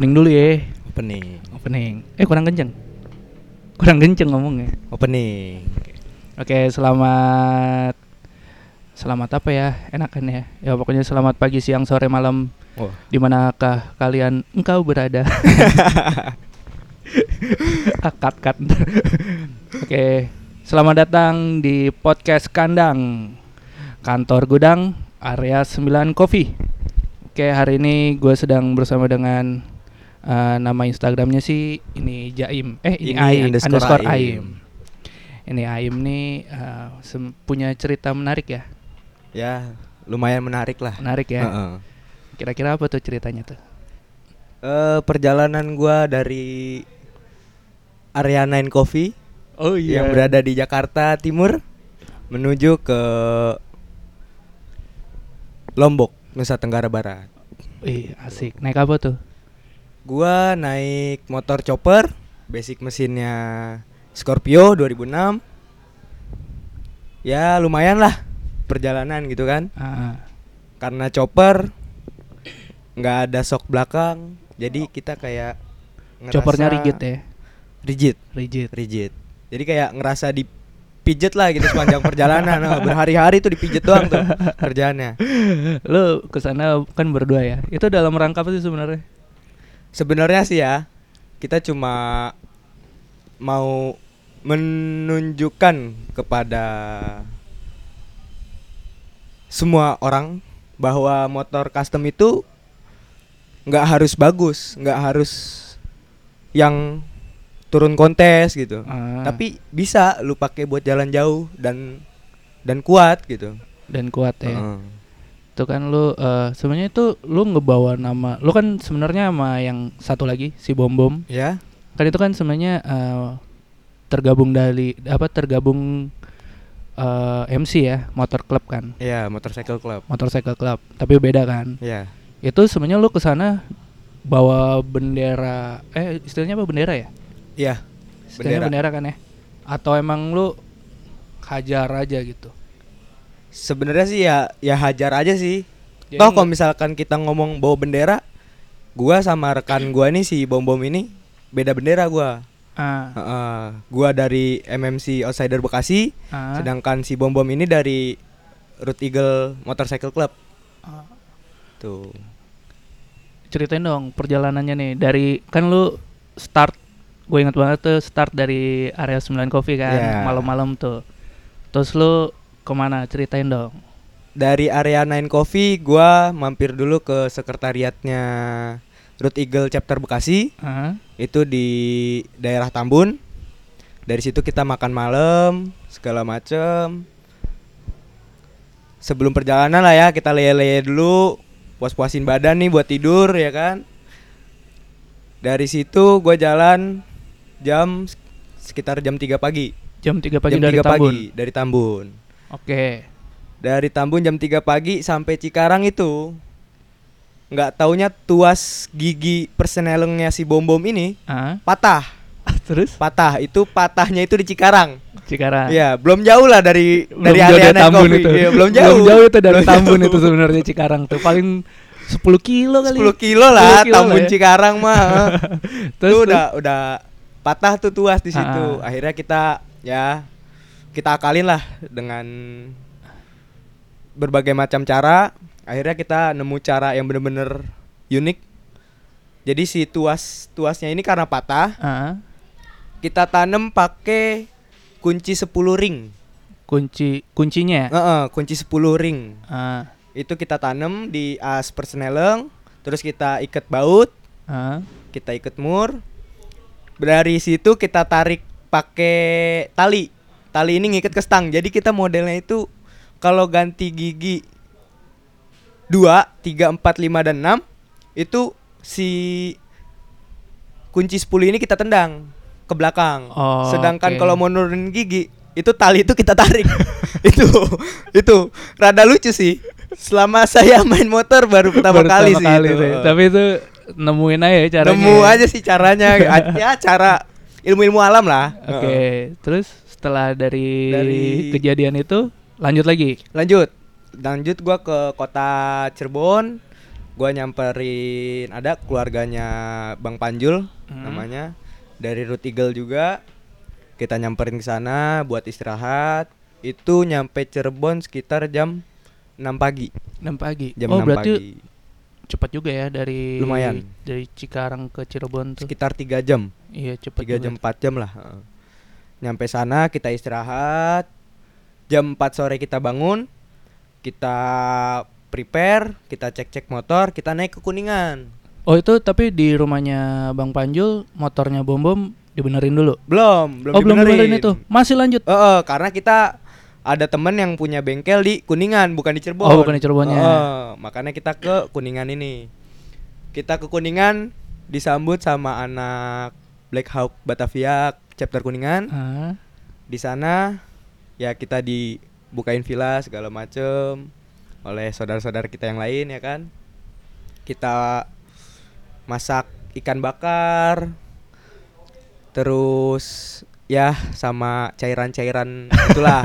Opening dulu ya. Opening. Kurang kenceng. Kurang kenceng ngomongnya. Opening. Oke, selamat apa ya? Enakan ya. Ya pokoknya selamat pagi, siang, sore, malam. Oh. Di manakah engkau berada? Cut. Oke, selamat datang di podcast Kandang, kantor gudang area 9 Coffee. Oke, hari ini gue sedang bersama dengan nama Instagramnya sih ini Jaim. Ini Aim. Ini Aim nih punya cerita menarik ya? Ya, lumayan menarik lah. Menarik ya. Kira-kira apa tuh ceritanya tuh? Perjalanan gue dari area 9 Coffee yang berada di Jakarta Timur menuju ke Lombok, Nusa Tenggara Barat. Wih, asik. Naik apa tuh? Gua naik motor chopper, basic mesinnya Scorpio 2006. Ya lumayan lah perjalanan gitu kan. Karena chopper nggak ada shock belakang, jadi kita kayak ngerasa choppernya rigid ya? Rigid. Jadi kayak ngerasa dipijet lah gitu sepanjang perjalanan. Berhari-hari tuh dipijet doang tuh kerjaannya. Lu kesana kan berdua ya? Itu dalam rangka apa sih sebenarnya? Sebenarnya sih ya, kita cuma mau menunjukkan kepada semua orang bahwa motor custom itu nggak harus bagus, nggak harus yang turun kontes gitu. Tapi bisa lu pakai buat jalan jauh dan kuat gitu. Dan kuat ya. Itu kan lu sebenarnya itu lu ngebawa nama lu kan sebenarnya sama yang satu lagi si Bom ya. Kan itu kan sebenarnya tergabung MC ya, motor club kan. Iya, motorcycle club. Tapi beda kan. Iya. Itu sebenarnya lu kesana bawa bendera istilahnya apa, bendera ya? Iya. Bendera kan ya? Atau emang lu hajar aja gitu? Sebenarnya sih ya hajar aja sih. Jadi toh kalau misalkan kita ngomong bawa bendera, gua sama rekan gua nih si Bom ini beda bendera gua. Gua dari MMC Outsider Bekasi, sedangkan si Bom ini dari Root Eagle Motorcycle Club. Tuh. Ceritain dong perjalanannya nih, dari kan lu start, gue ingat banget tuh start dari area 9 Coffee kan, malam-malam tuh. Terus lu kemana, ceritain dong. Dari area 9 Coffee gua mampir dulu ke sekretariatnya Root Eagle chapter Bekasi. Itu di daerah Tambun. Dari situ kita makan malam segala macem. Sebelum perjalanan lah ya, kita leye-leye dulu, puas-puasin badan nih buat tidur ya kan. Dari situ gua jalan sekitar jam 3 pagi. Jam 3 pagi dari Tambun. Dari Tambun. Oke. Dari Tambun jam 3 pagi sampai Cikarang itu nggak taunya tuas gigi persnelengnya si Bom ini patah. Terus? Patahnya itu di Cikarang. Iya, belum jauh lah dari area Tambun itu. Iya, belum jauh itu dari Tambun itu sebenarnya Cikarang tuh paling 10 kilo kali. 10 kilo lah Tambun ya. Cikarang mah. Terus tuh udah patah tuh tuas di situ. Akhirnya kita akalin lah dengan berbagai macam cara. Akhirnya kita nemu cara yang benar-benar unik. Jadi si tuasnya ini karena patah, kita tanam pakai kunci 10 ring. Kuncinya? Kunci 10 ring. Itu kita tanam di as persneleng, terus kita ikat baut, kita ikat mur. Dari situ kita tarik pakai tali. Tali ini ngikat ke stang. Jadi kita modelnya itu kalau ganti gigi 2, 3, 4, 5, dan 6 itu si kunci 10 ini kita tendang ke belakang. Sedangkan kalau mau nurunin gigi, itu tali itu kita tarik. itu rada lucu sih. Selama saya main motor baru pertama kali sih itu. Tapi itu nemuin aja caranya. Nemu aja sih caranya. Ya cara ilmu-ilmu alam lah. Oke. Terus setelah dari kejadian itu lanjut gua ke kota Cirebon. Gua nyamperin ada keluarganya Bang Panjul namanya, dari Root Eagle juga. Kita nyamperin ke sana buat istirahat. Itu nyampe Cirebon sekitar jam 6 pagi. 6 pagi. Jam 6 berarti pagi. Cepat juga ya dari Lumayan. Dari Cikarang ke Cirebon tuh. Sekitar 3 jam. Iya, cepat. 3 jam 4 jam lah. Nyampe sana kita istirahat. Jam 4 sore kita bangun. Kita prepare, kita cek-cek motor, kita naik ke Kuningan. Oh, itu tapi di rumahnya Bang Panjul motornya Bom dibenerin dulu. Belum dibenerin itu. Masih lanjut. Karena kita ada temen yang punya bengkel di Kuningan, bukan di Cirebon. Oh, bukan di Cirebonnya. Makanya kita ke Kuningan ini. Kita ke Kuningan disambut sama anak Black Hawk Batavia chapter Kuningan. Di sana ya kita dibukain villa segala macem oleh saudara-saudara kita yang lain ya kan. Kita masak ikan bakar. Terus ya sama cairan-cairan itulah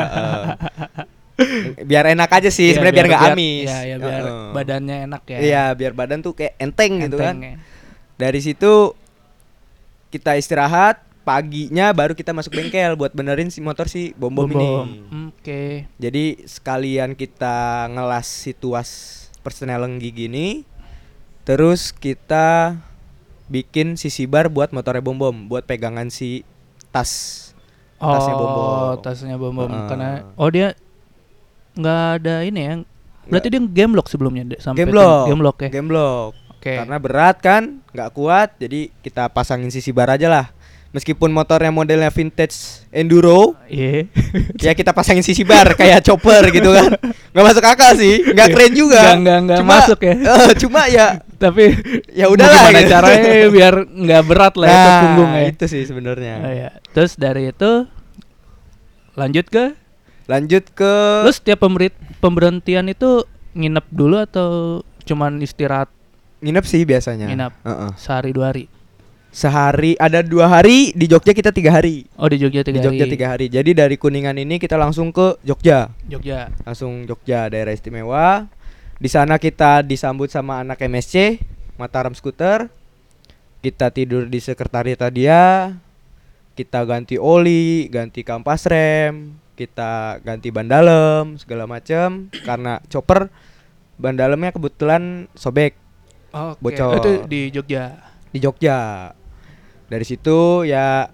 biar enak aja sih sebenarnya, biar nggak amis. Iya, biar badannya enak ya. Iya, biar badan tuh kayak enteng gitu kan. Ya. Dari situ kita istirahat, paginya baru kita masuk bengkel buat benerin si motor si Bom ini. Oke. Jadi sekalian kita ngelas si tuas Persneleng gigi ini, terus kita bikin sisi bar buat motornya Bom, buat pegangan si tasnya Bom. Tasnya Bom. Karena dia nggak ada ini ya. Berarti dia game lock sebelumnya sampai game lock ya. Game lock. Okay. Karena berat kan, nggak kuat, jadi kita pasangin sisi bar aja lah. Meskipun motornya modelnya vintage enduro, ya kita pasangin sisi bar kayak chopper gitu kan. Nggak masuk akal sih, nggak keren juga. Nggak masuk ya. Cuma ya, tapi ya udahlah. Gimana caranya biar nggak berat lah itu punggung ya. Itu sih sebenarnya. Ya. Terus dari itu lanjut ke. Lu setiap pemberhentian itu nginep dulu atau cuman istirahat? Nginep sih biasanya. Nginep. Sehari 2 hari. Sehari, ada 2 hari, di Jogja kita 3 hari. Oh, di Jogja 3 hari. Di Jogja 3 hari. Jadi dari Kuningan ini kita langsung ke Jogja. Langsung Jogja, daerah istimewa. Di sana kita disambut sama anak MSC, Mataram Scooter. Kita tidur di sekretariat dia. Kita ganti oli, ganti kampas rem, kita ganti ban dalam, segala macam. Karena chopper ban dalamnya kebetulan sobek. Bocor. Itu di Jogja. Di Jogja. Dari situ ya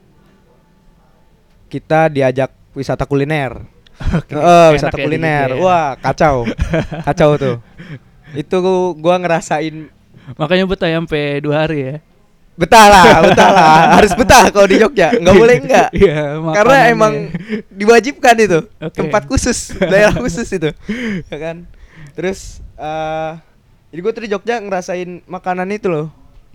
kita diajak wisata kuliner. Wisata kuliner. Ya. Wah, kacau. Kacau tuh. Itu gua ngerasain. Makanya betah sampai 2 hari ya. Betah lah. Harus betah kalau di Jogja. Enggak boleh enggak. Iya, karena emang diwajibkan itu. Tempat khusus, daerah khusus itu. Ya kan? Terus jadi gua tuh di Jogja ngerasain makanan itu loh.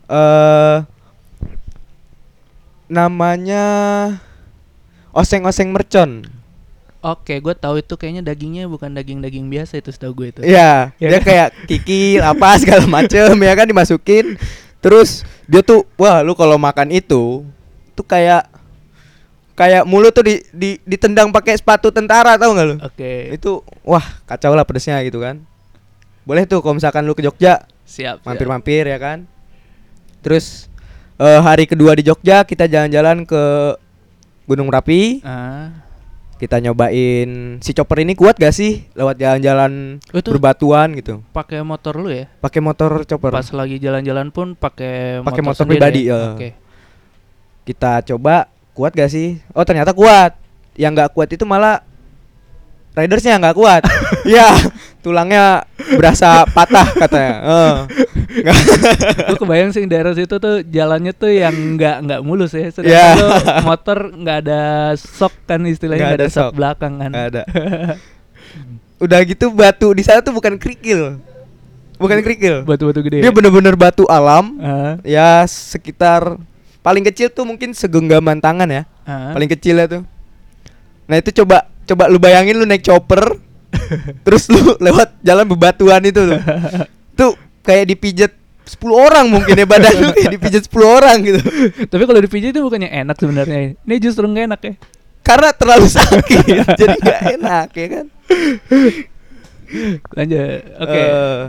Namanya oseng-oseng mercon. Oke, gue tahu itu kayaknya dagingnya bukan daging biasa itu, setahu gue itu. Iya, dia kayak kikil apa segala macem ya kan dimasukin. Terus dia tuh, wah lu kalau makan itu tuh kayak mulut tuh ditendang pakai sepatu tentara, tahu nggak lu? Oke. Itu wah kacau lah pedesnya gitu kan. Boleh tuh kalau misalkan lu ke Jogja. Siap. Mampir ya kan. Terus hari kedua di Jogja kita jalan-jalan ke Gunung Merapi. Kita nyobain si chopper ini kuat gak sih lewat jalan-jalan berbatuan gitu. Pakai motor lu ya? Pakai motor chopper. Pas lagi jalan-jalan pun pakai motor pribadi ya. Oke. Kita coba kuat gak sih? Oh ternyata kuat. Yang gak kuat itu malah ridersnya nggak kuat. Ya tulangnya berasa patah katanya. Gue kebayang sih daerah situ tuh jalannya tuh yang nggak mulus ya. Sedangkan tuh motor nggak ada sok kan istilahnya, nggak ada sok belakang kan. Nggak ada. Udah gitu batu di sana tuh bukan kerikil. Batu-batu gede. Dia bener-bener batu alam. Ya sekitar paling kecil tuh mungkin segenggaman tangan ya. Paling kecilnya tuh. Nah itu coba lu bayangin lu naik chopper terus lu lewat jalan bebatuan itu tuh. Tuh kayak dipijat 10 orang mungkin ya, badan lu kayak dipijat 10 orang gitu. Tapi kalau dipijat itu bukannya enak sebenarnya. Ini justru enggak enak ya. Karena terlalu sakit. Jadi enggak enak ya kan. Lanjut. Oke.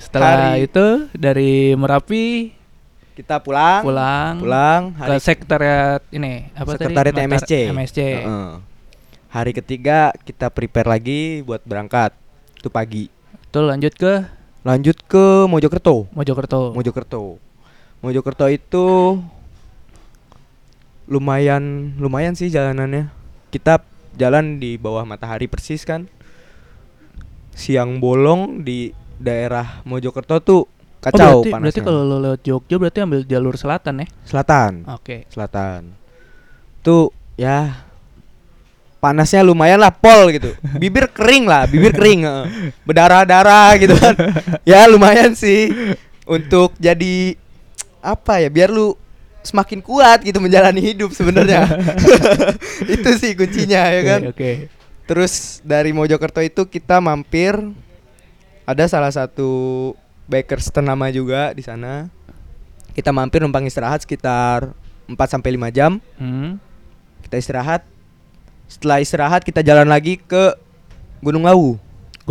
Setelah itu dari Merapi kita pulang ke sekretariat ini apa sekretariat tadi? MSC. Hari ketiga kita prepare lagi buat berangkat. Itu pagi. Itu lanjut ke Mojokerto. Mojokerto itu lumayan sih jalanannya. Kita jalan di bawah matahari persis kan. Siang bolong di daerah Mojokerto tuh kacau panasnya. Berarti kalau lo lewat Jogja berarti ambil jalur selatan ya? Selatan. Oke. Selatan. Tuh ya panasnya lumayan lah, pol gitu. Bibir kering. Berdarah-darah gitu kan. Ya lumayan sih untuk jadi apa ya, biar lu semakin kuat gitu menjalani hidup sebenarnya. Itu sih kuncinya ya kan. Okay. Terus dari Mojokerto itu kita mampir, ada salah satu bakers ternama juga di sana. Kita mampir numpang istirahat sekitar 4 sampai 5 jam. Kita istirahat. Setelah istirahat kita jalan lagi ke Gunung Lawu.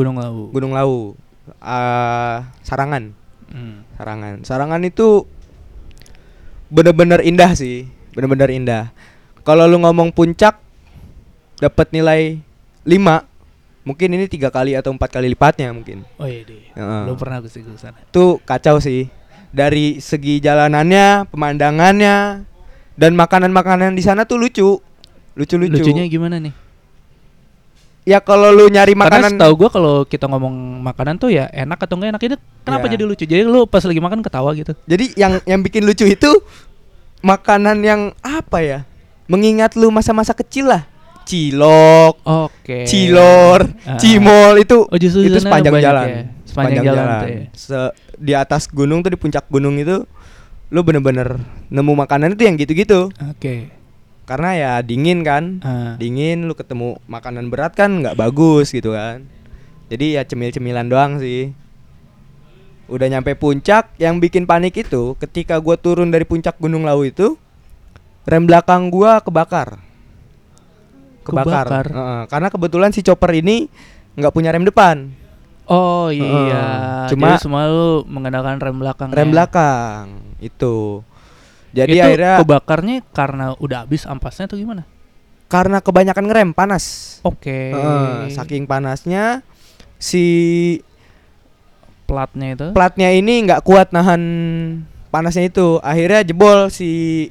Sarangan. Sarangan itu bener-bener indah sih, bener-bener indah. Kalau lu ngomong puncak dapat nilai 5, mungkin ini 3 kali atau 4 kali lipatnya mungkin. Oh iya deh. Belum pernah ke sana. Tuh kacau sih. Dari segi jalanannya, pemandangannya, dan makanan-makanan di sana tuh lucu. Lucunya gimana nih? Ya kalau lu nyari makanan, karena setahu gua kalau kita ngomong makanan tuh ya enak atau enggak enak itu kenapa jadi lucu? Jadi lu pas lagi makan ketawa gitu. Jadi yang bikin lucu itu makanan yang apa ya? Mengingat lu masa-masa kecil lah. Cilok, cilor, cimol itu sepanjang jalan. Ya? Sepanjang jalan. Tuh ya. Di atas gunung tuh, di puncak gunung itu lu bener-bener nemu makanan itu yang gitu-gitu. Karena ya dingin kan, dingin, lu ketemu makanan berat kan nggak bagus gitu kan. Jadi ya cemil-cemilan doang sih. Udah nyampe puncak, yang bikin panik itu ketika gua turun dari puncak Gunung Lawu itu, rem belakang gua kebakar. Karena kebetulan si chopper ini nggak punya rem depan. Oh iya. Cuma jadi semua lu menggunakan rem belakang. Rem belakang itu. Jadi itu akhirnya kebakarnya karena udah habis ampasnya atau gimana? Karena kebanyakan ngerem, panas. Saking panasnya si platnya ini nggak kuat nahan panasnya itu. Akhirnya jebol si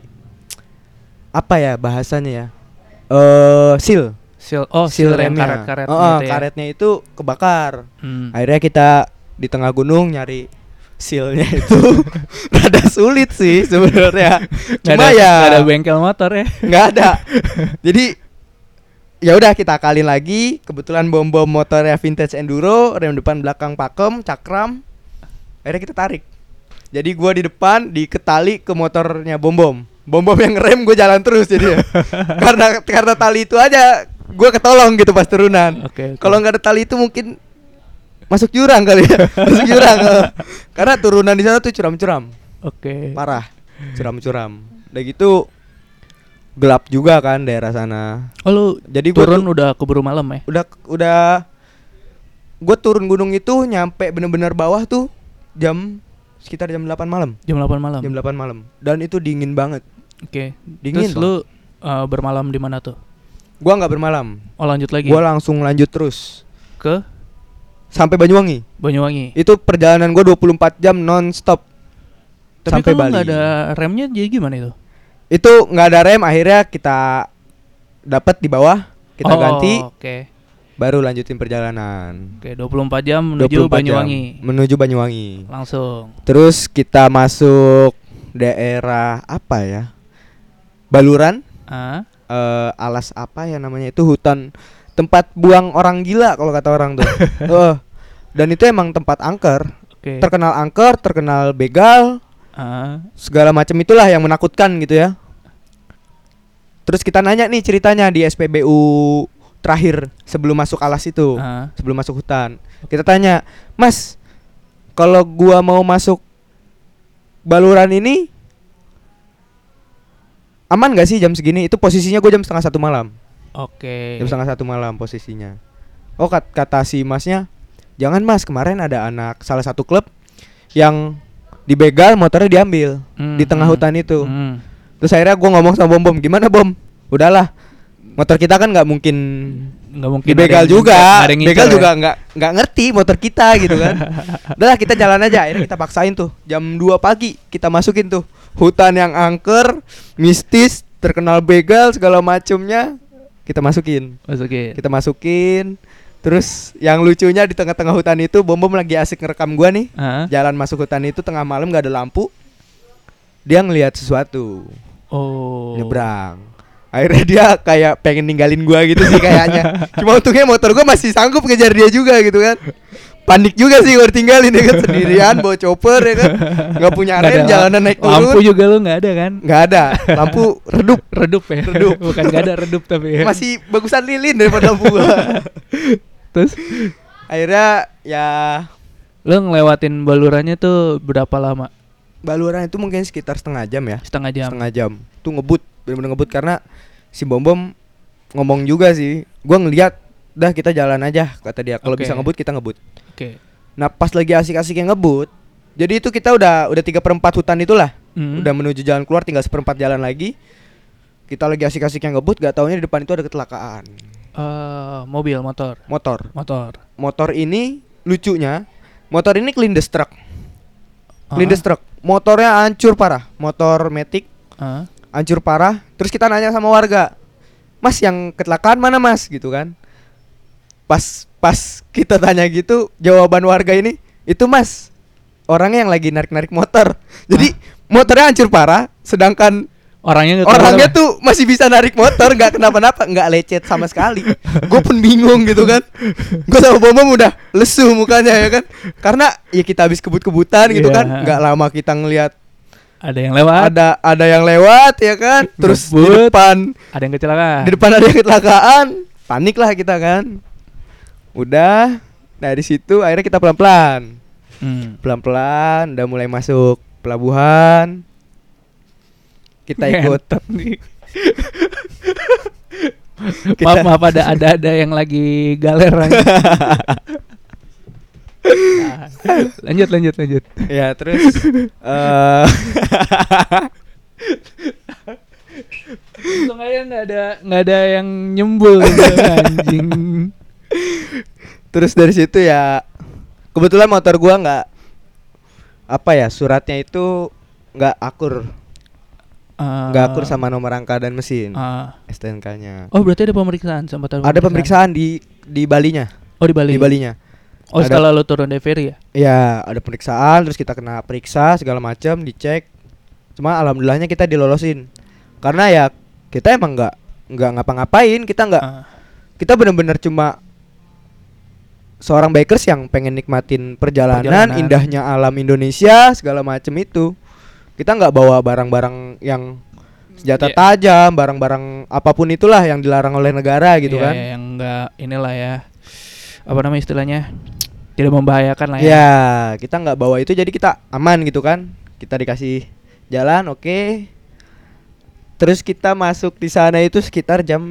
apa ya bahasanya ya? Seal remnya. Karetnya itu kebakar. Akhirnya kita di tengah gunung nyari sealnya itu rada sulit sih sebenarnya. Cuma ya nggak ada bengkel motor ya. Nggak ada. Jadi ya udah kita akalin lagi. Kebetulan bom motornya vintage enduro, rem depan belakang pakem, cakram. Akhirnya kita tarik. Jadi gua di depan diketali ke motornya bom yang ngerem, gue jalan terus jadi ya. karena tali itu aja gue ketolong gitu pas turunan. Kalau nggak ada tali itu mungkin masuk jurang kali ya. Karena turunan di sana tuh curam-curam. Parah, curam-curam. Udah gitu gelap juga kan daerah sana. Oh lu jadi turun udah keburu malam ya? Udah. Gue turun gunung itu nyampe bener-bener bawah tuh sekitar jam 8 malam. Jam 8 malam. Dan itu dingin banget. Dingin. Terus lu bermalam di mana tuh? Gua enggak bermalam. Oh, lanjut lagi. Gua langsung lanjut terus ke sampai Banyuwangi. Itu perjalanan gua 24 jam non-stop. Tapi sampai Bali. Tapi kalau enggak ada remnya jadi gimana itu? Itu enggak ada rem, akhirnya kita dapat di bawah, kita ganti. Baru lanjutin perjalanan. 24 jam menuju Banyuwangi. Menuju Banyuwangi. Langsung. Terus kita masuk daerah apa ya? Baluran. Alas apa ya namanya itu, hutan tempat buang orang gila kalau kata orang tuh. Dan itu emang tempat angker. Terkenal angker, terkenal begal. Segala macam itulah yang menakutkan gitu ya. Terus kita nanya nih ceritanya di SPBU terakhir sebelum masuk alas itu, sebelum masuk hutan. Kita tanya, "Mas, kalau gua mau masuk Baluran ini aman gak sih jam segini?" Itu posisinya gue jam 12:30 malam. Jam 12:30 malam posisinya. Oh, kata si masnya, "Jangan Mas, kemarin ada anak salah satu klub yang dibegal, motornya diambil di tengah hutan itu. Terus akhirnya gue ngomong sama Bom, gimana Bom? Udahlah, motor kita kan nggak mungkin dibegal juga, begal juga nggak ngerti motor kita gitu kan. Udahlah kita jalan aja. Akhirnya kita paksain tuh jam 2 pagi kita masukin tuh hutan yang angker, mistis, terkenal begal segala macemnya. Kita masukin. Terus yang lucunya di tengah-tengah hutan itu Bom lagi asik ngerekam gua nih. Jalan masuk hutan itu tengah malam nggak ada lampu. Dia ngelihat sesuatu. Nyebrang. Akhirnya dia kayak pengen ninggalin gua gitu sih kayaknya. Cuma untungnya motor gua masih sanggup ngejar dia juga gitu kan. Panik juga sih gua tinggalin ya kan, sendirian bawa chopper ya kan. Enggak punya rem, jalanan naik turun. Lampu juga lu enggak ada kan? Enggak ada. Lampu redup ya. Bukan enggak ada redup tapi ya. Masih bagusan lilin daripada lampu gua. Terus akhirnya ya lu ngelewatin balurannya tuh berapa lama? Baluran itu mungkin sekitar setengah jam ya. Setengah jam. Tuh ngebut, bener-bener ngebut karena si Bom ngomong juga sih. Gua ngeliat, dah kita jalan aja kata dia. Kalau bisa ngebut kita ngebut. Nah pas lagi asik-asik yang ngebut, jadi itu kita udah 3/4 hutan itulah. Udah menuju jalan keluar, tinggal 1/4 jalan lagi. Kita lagi asik-asik yang ngebut, gak taunya di depan itu ada kecelakaan. Motor ini lucunya, motor ini kelindes truk. Motornya hancur parah. Motor Matic hancur parah. Terus kita nanya sama warga, Mas yang kecelakaan mana Mas gitu kan. Pas kita tanya gitu, jawaban warga ini, itu Mas orangnya yang lagi narik motor. Jadi motornya hancur parah, sedangkan orangnya tuh masih bisa narik motor, nggak kenapa-napa, nggak lecet sama sekali. Gue pun bingung gitu kan. Gue sama Bom udah lesu mukanya ya kan, karena ya kita habis kebut-kebutan gitu kan. Nggak lama kita ngelihat ada yang lewat, ada yang lewat ya kan. Terus di depan ada yang kecelakaan. Panik lah kita kan. Udah dari situ akhirnya kita pelan-pelan udah mulai masuk pelabuhan. Kita ikut. Maaf ada yang lagi galer. Lanjut. Ya terus untung aja nggak ada yang nyembul gitu, anjing. Terus dari situ ya kebetulan motor gua nggak suratnya itu nggak akur. Nggak akur sama nomor rangka dan mesin STNK-nya. Oh berarti ada pemeriksaan sama ada pemeriksaan di Balinya. Oh di Balinya. Oh setelah lo turun dari ferry ya? Iya ada pemeriksaan, terus kita kena periksa segala macam, dicek. Cuma alhamdulillahnya kita dilolosin. Karena ya kita emang nggak ngapa-ngapain, kita benar-benar cuma seorang bikers yang pengen nikmatin perjalanan indahnya alam Indonesia segala macam itu. Kita nggak bawa barang-barang yang senjata tajam, barang-barang apapun itulah yang dilarang oleh negara gitu kan. Yang nggak inilah ya, apa namanya istilahnya, tidak membahayakan lah ya. Ya kita nggak bawa itu, jadi kita aman gitu kan. Kita dikasih jalan, oke. Terus kita masuk di sana itu sekitar jam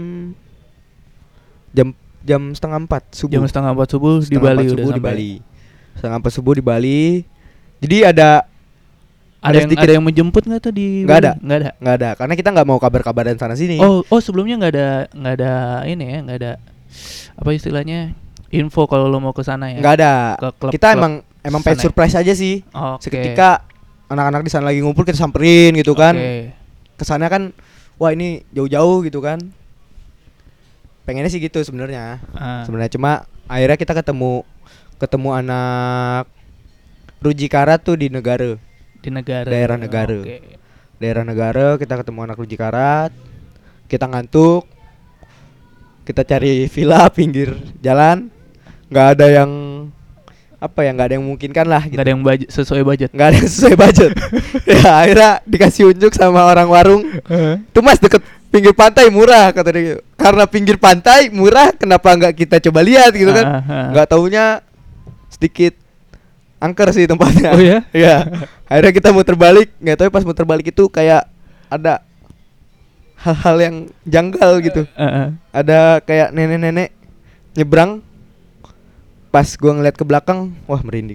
3:30 subuh. Jam 3:30 subuh di Bali udah sampai. 3:30 subuh di Bali. Jadi ada yang menjemput nggak tuh di? Nggak ada, karena kita nggak mau kabar-kabaran sana sini. Oh sebelumnya nggak ada ini ya, nggak ada apa istilahnya info kalau lo mau ke sana ya? Nggak ada. Kita emang pengen surprise aja sih. Seketika anak-anak di sana lagi ngumpul kita samperin gitu kan. Kesana kan, wah ini jauh-jauh gitu kan. Pengennya sih gitu sebenarnya. Sebenarnya cuma akhirnya kita ketemu anak Rujikara tuh di daerah Negara. Daerah Negara kita ketemu anak Rujikarat. Kita ngantuk. Kita cari villa pinggir jalan. Nggak ada yang memungkinkan lah gitu. Nggak ada yang sesuai budget. Ya akhirnya dikasih unjuk sama orang warung. Tuh Mas deket pinggir pantai murah kata dia. Karena pinggir pantai murah, kenapa nggak kita coba lihat gitu kan? Nggak taunya sedikit angker sih tempatnya. Oh ya? Iya. Akhirnya kita muter balik, nggak tahu pas muter balik itu kayak ada hal-hal yang janggal gitu. Ada kayak nenek-nenek nyebrang. Pas gua ngeliat ke belakang, wah merinding gua.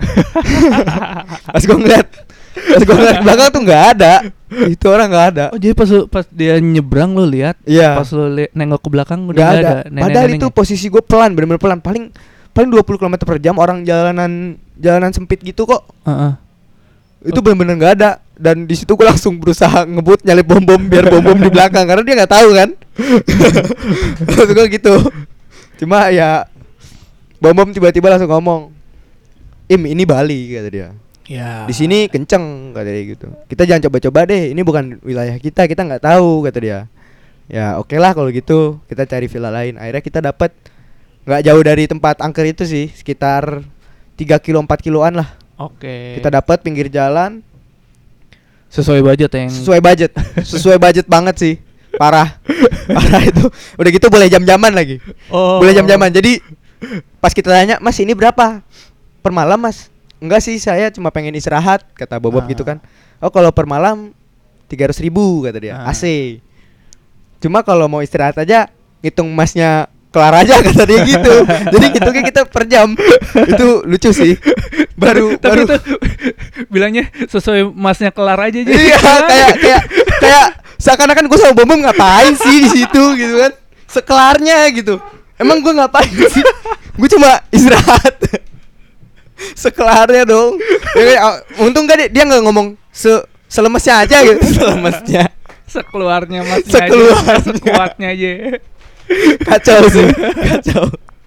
Pas gue ngeliat belakang tuh nggak ada. Itu orang nggak ada. Oh jadi pas dia nyebrang lo lihat, Iya. pas lo nengok ke belakang udah nggak nggak ada. ada. Padahal itu posisi gue pelan, bener-bener pelan. Paling 20 km per jam, orang jalanan sempit gitu kok. Itu bener-bener nggak ada. Dan di situ gue langsung berusaha ngebut, nyalip bom biar bom di belakang karena dia nggak tahu kan. Maksud gue gitu. Cuma ya bom tiba-tiba langsung ngomong, ini Bali, kata dia. Ya. Di sini kenceng, kata dia gitu. Kita jangan coba-coba deh, ini bukan wilayah kita nggak tahu, kata dia. Ya oke lah kalau gitu, kita cari villa lain. Akhirnya kita dapat nggak jauh dari tempat angker itu sih, sekitar 3 kilo 4 kiloan lah. Oke. Kita dapat pinggir jalan. Sesuai budget banget sih. Parah itu. Udah gitu boleh jam-jaman lagi. Boleh jam-jaman. Jadi pas kita tanya, "Mas, ini berapa per malam, Mas?" "Enggak sih, saya cuma pengen istirahat," kata Bobob gitu kan. "Oh, kalau per malam 300.000," kata dia. AC. Cuma kalau mau istirahat aja ngitung masnya kelar aja, kata dia gitu. Jadi hitungnya kita per jam. Itu lucu sih. Baru itu bilangnya sesuai masnya kelar aja jadi. Iya, kayak seakan-akan gue sama Bom ngapain sih di situ gitu kan. Sekelarnya gitu. Emang gue ngapain sih? Gue cuma istirahat. Sekelarnya dong. Untung gak dia nggak ngomong selemesnya aja gitu. Selemesnya. Sekeluarnya masnya Sekeluarnya. aja. Sekuatnya aja. Kacau sih. Kacau.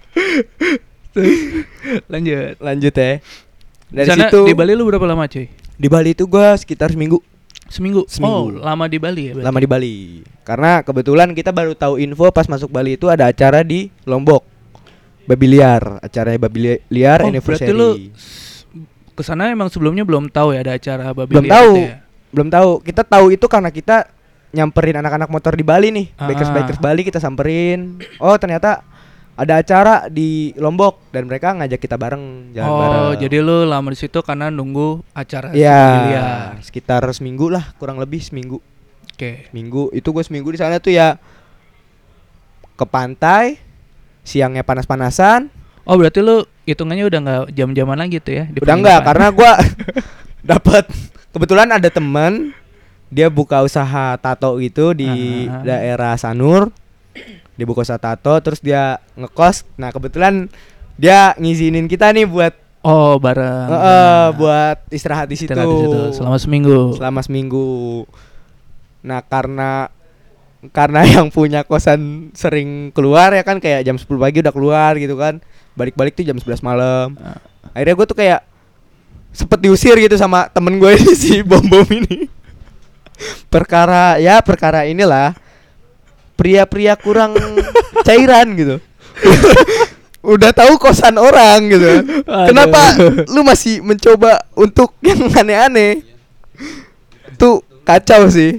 Lanjut ya. Dari sana, situ di Bali lu berapa lama cuy? Di Bali itu gue sekitar seminggu. Oh, lama di Bali ya berarti? Lama di Bali. Karena kebetulan kita baru tahu info pas masuk Bali itu ada acara di Lombok. Babi liar, acaranya babi liar anniversary. Berarti lu kesana emang sebelumnya belum tahu ya ada acara babi belum liar tahu. itu ya? Belum tahu. Kita tahu itu karena kita nyamperin anak-anak motor di Bali nih. Bikers Bali kita samperin. Oh, ternyata ada acara di Lombok dan mereka ngajak kita bareng jalan bareng. Oh, jadi lu lama di situ karena nunggu acara babi liar. Ya, Sekitar seminggu lah, kurang lebih seminggu. Oke. Minggu itu gue seminggu di sana tuh ya ke pantai, siangnya panas-panasan. Oh, berarti lu hitungannya udah nggak jam-jaman lagi tuh ya? Udah enggak, karena gue dapat kebetulan ada temen dia buka usaha tato gitu di daerah Sanur. Dia buka usaha tato, terus dia ngekos. Nah kebetulan dia ngizinin kita nih buat bareng. Buat istirahat di situ. Selama seminggu. Nah karena yang punya kosan sering keluar ya kan, kayak jam 10 pagi udah keluar gitu kan, balik-balik tuh jam 11 malam. Akhirnya gue tuh kayak sempet diusir gitu sama temen gue ini, si Bom ini. Perkara inilah, pria-pria kurang cairan gitu. Udah tahu kosan orang gitu. Kenapa lu masih mencoba untuk yang aneh-aneh? Tuh kacau sih.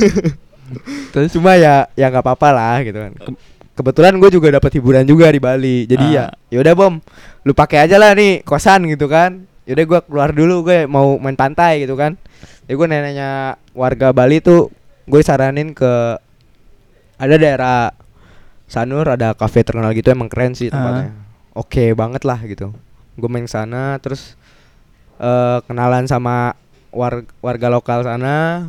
Terus? Cuma ya nggak apa-apa lah gitu kan. Kebetulan gue juga dapat hiburan juga di Bali. Jadi ya udah Bom, lu pakai aja lah nih kosan gitu kan. Yaudah gue keluar dulu, gue mau main pantai gitu kan. Ya gue nanya warga Bali tuh, gue saranin ke ada daerah Sanur, ada kafe terkenal gitu, emang keren sih tempatnya. Oke banget lah gitu. Gue main sana, terus kenalan sama warga lokal sana.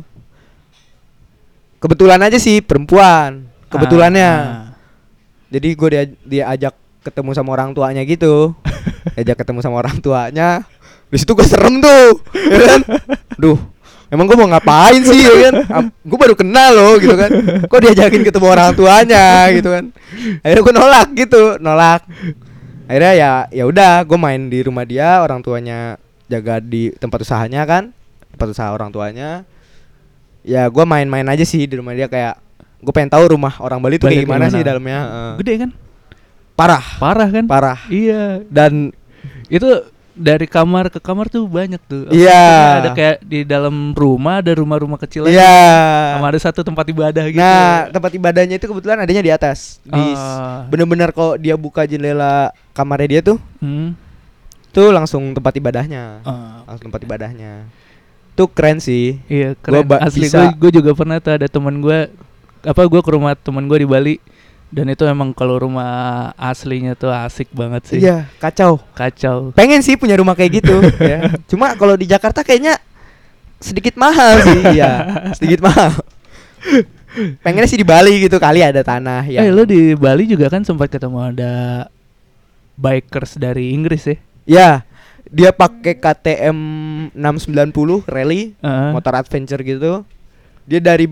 Kebetulan aja sih perempuan, kebetulannya. Jadi gue dia ajak ketemu sama orang tuanya gitu. Ajak ketemu sama orang tuanya. Di situ gue serem tuh, ya kan? Duh, emang gue mau ngapain sih, ya kan? Gue baru kenal loh, gitu kan? Kok diajakin ketemu orang tuanya, gitu kan? Akhirnya gue nolak. Akhirnya ya udah, gue main di rumah dia, orang tuanya jaga di tempat usahanya kan, tempat usaha orang tuanya. Ya gue main-main aja sih di rumah dia, kayak gue pengen tahu rumah orang Bali tuh kayak gimana sih dalamnya. Gede kan? Parah kan? Parah. Iya. Dan itu dari kamar ke kamar tuh banyak tuh. Iya. Ada kayak di dalam rumah, ada rumah-rumah kecil lagi. Iya. Sama ada satu tempat ibadah gitu. Nah, tempat ibadahnya itu kebetulan adanya di atas. Bener-bener kok dia buka jendela kamarnya dia tuh. Tuh langsung tempat ibadahnya. Langsung tempat ibadahnya. Tuh keren sih. Iya, keren. Asli gue juga pernah tuh ada teman gue. Gue ke rumah teman gue di Bali. Dan itu emang kalau rumah aslinya tuh asik banget sih. Iya, kacau. Pengen sih punya rumah kayak gitu ya. Cuma kalau di Jakarta kayaknya sedikit mahal sih. Iya, sedikit mahal. Pengennya sih di Bali gitu, kali ada tanah ya. Lo di Bali juga kan sempat ketemu ada bikers dari Inggris ya? Ya, dia pakai KTM 690 rally, motor adventure gitu. Dia dari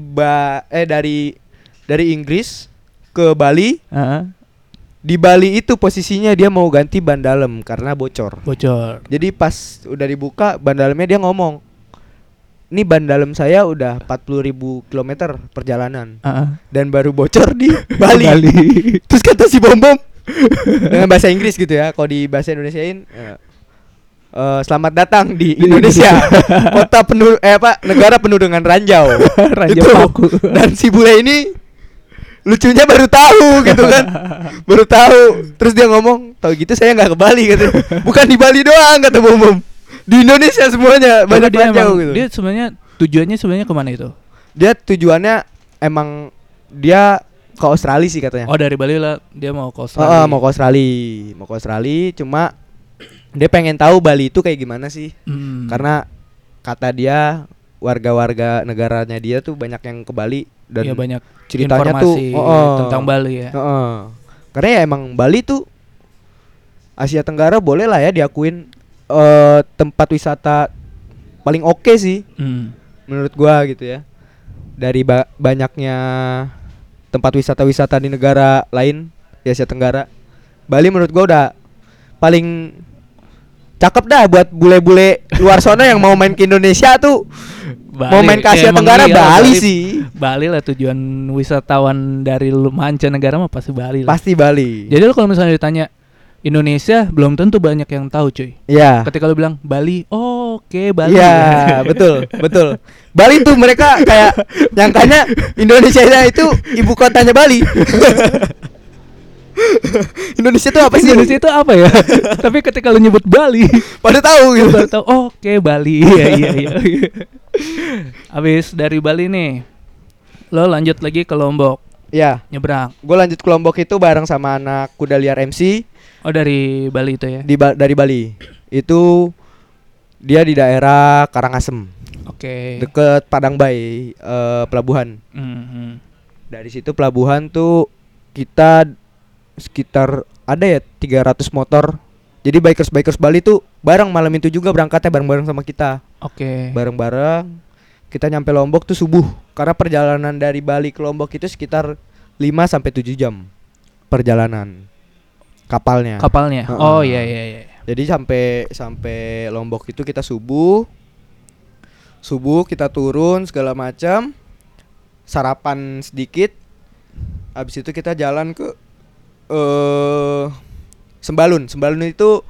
Inggris ke Bali. Di Bali itu posisinya dia mau ganti ban dalam karena bocor. Jadi pas udah dibuka ban dalamnya dia ngomong, "Ini ban dalam saya udah 40.000 km perjalanan dan baru bocor di Bali." Terus kata si Bom dengan bahasa Inggris gitu ya. Kalau di bahasa Indonesiain, selamat datang di Indonesia, kota penuh negara penuh dengan ranjau. Paku. Dan si bule ini lucunya baru tahu gitu kan. Baru tahu. Terus dia ngomong, "Tahu gitu saya nggak ke Bali," katanya. "Bukan di Bali doang," kata Bom. "Di Indonesia semuanya banyak ranjau gitu." Dia sebenarnya tujuannya kemana itu? Dia tujuannya emang dia ke Australia sih katanya. Oh, dari Bali lah dia mau ke Australia. Mau ke Australia. Cuma dia pengen tahu Bali itu kayak gimana sih. Karena kata dia warga-warga negaranya dia tuh banyak yang ke Bali dan ya, banyak ceritanya informasi tuh tentang Bali ya. Karena ya emang Bali tuh Asia Tenggara boleh lah ya diakuin tempat wisata paling oke sih. Menurut gua gitu ya. Dari banyaknya tempat wisata-wisata di negara lain di Asia Tenggara, Bali menurut gua udah paling cakep dah buat bule-bule luar sana yang mau main ke Indonesia tuh. Bali, mau main ke Asia Tenggara Bali sih. Bali lah tujuan wisatawan dari mancanegara mah pasti Bali lah. Pasti Bali. Jadi lo kalau misalnya ditanya Indonesia, belum tentu banyak yang tahu cuy. Iya. Ketika lo bilang Bali, oke, Bali. Iya, betul. Bali tuh mereka kayak nyangkanya Indonesia itu ibu kotanya Bali. Indonesia itu apa sih? Indonesia itu apa ya? Tapi ketika lo nyebut Bali, pada tahu gitu. Pada tahu. Oke, Bali. Iya. Habis dari Bali nih, lo lanjut lagi ke Lombok. Iya. Nyebrang. Gue lanjut ke Lombok itu bareng sama anak kuda liar MC. Oh, dari Bali itu ya? Dari Bali. Itu dia di daerah Karangasem. Oke. Deket Padang Bay, pelabuhan. Dari situ pelabuhan tuh kita sekitar ada ya 300 motor. Jadi bikers Bali tuh bareng malam itu juga berangkatnya bareng-bareng sama kita. Oke. Bareng-bareng kita nyampe Lombok tuh subuh. Karena perjalanan dari Bali ke Lombok itu sekitar 5 sampai 7 jam perjalanan kapalnya. Oh iya. Jadi sampai Lombok itu kita subuh kita turun segala macam, sarapan sedikit. Habis itu kita jalan ke Sembalun. Sembalun itu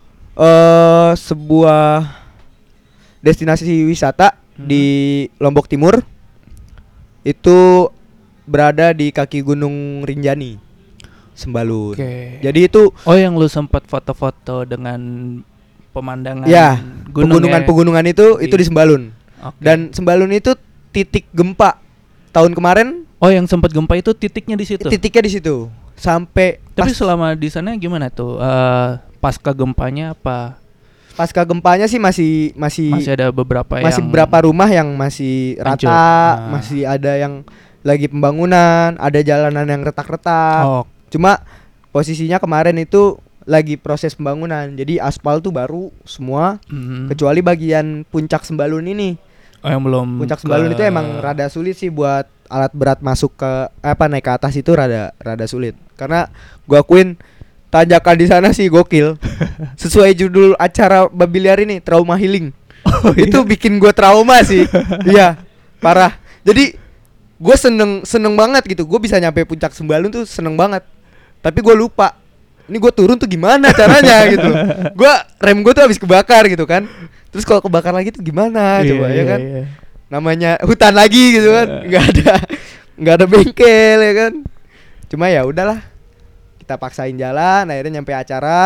sebuah destinasi wisata di Lombok Timur. Itu berada di kaki Gunung Rinjani, Sembalun. Jadi itu yang lu sempat foto-foto dengan pemandangan pegunungan itu di Sembalun. Dan Sembalun itu titik gempa tahun kemarin. Oh, yang sempat gempa itu titiknya di situ. Sampai tapi selama di sana gimana tuh? Pasca gempanya apa? Pasca gempanya sih masih ada beberapa rumah yang masih rata, masih ada yang lagi pembangunan, ada jalanan yang retak-retak. Cuma posisinya kemarin itu lagi proses pembangunan. Jadi aspal tuh baru semua, kecuali bagian puncak Sembalun ini. Oh, yang belum. Puncak Sembalun itu emang rada sulit sih buat alat berat masuk ke naik ke atas itu rada sulit. Karena gua akuin tanjakan di sana sih gokil. Sesuai judul acara Babiliar ini, trauma healing. Itu bikin gua trauma sih. Iya, parah. Jadi gua seneng banget gitu. Gua bisa nyampe puncak Sembalun tuh seneng banget. Tapi gua lupa ini gue turun tuh gimana caranya gitu. Rem gue tuh habis kebakar gitu kan. Terus kalau kebakar lagi tuh gimana coba ya kan. Namanya hutan lagi gitu kan. Enggak ada bengkel ya kan. Cuma ya udahlah. Kita paksain jalan, akhirnya nyampe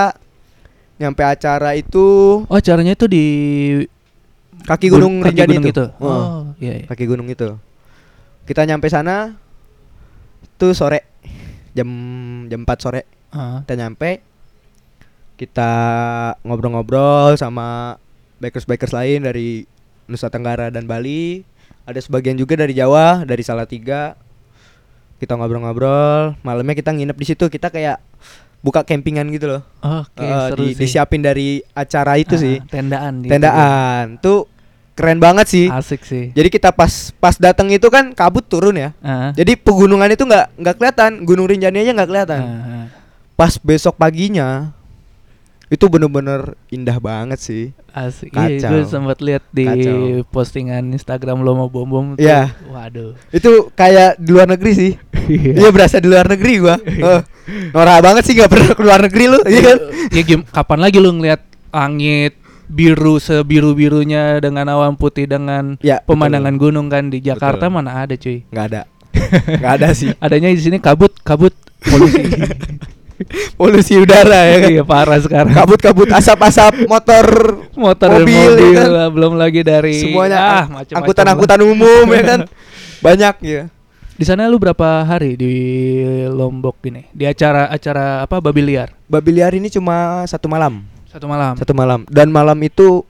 acara itu. Oh, acaranya itu di kaki Gunung Rinjani itu. Iya. Kaki gunung itu. Kita nyampe sana tuh sore jam 4 sore. Kita nyampe, kita ngobrol-ngobrol sama bikers lain dari Nusa Tenggara dan Bali. Ada sebagian juga dari Jawa, dari Salatiga. Kita ngobrol-ngobrol, malamnya kita nginep di situ. Kita kayak buka campingan gitu loh. Oke, seru sih. Disiapin dari acara itu sih. Tendaan. Tendaan. Tuh keren banget sih. Asik sih. Jadi kita pas datang itu kan kabut turun ya. Jadi pegunungan itu nggak kelihatan, Gunung Rinjani aja nggak kelihatan. Pas besok paginya itu bener-bener indah banget sih. Asik. Iya, gue sempat lihat di postingan Instagram lo mau bom-bom. Iya. Waduh. Itu kayak di luar negeri sih. Iya, berasa di luar negeri gua. Norak banget sih, gak pernah ke luar negeri lu. Iya kan? Ya kapan lagi lu ngeliat langit biru sebiru-birunya dengan awan putih dengan pemandangan gunung kan di Jakarta. Mana ada cuy? Nggak ada. Nggak ada sih. Adanya di sini kabut polusi. Polusi udara ya kan. Iya, parah sekarang. Kabut asap motor mobil ya kan? Belum lagi dari semuanya angkutan umum ya kan. Banyak ya. Di sana lu berapa hari di Lombok gini? Di acara apa Babi Liar? Babi Liar ini cuma 1 malam. 1 malam. 1 malam. Dan malam itu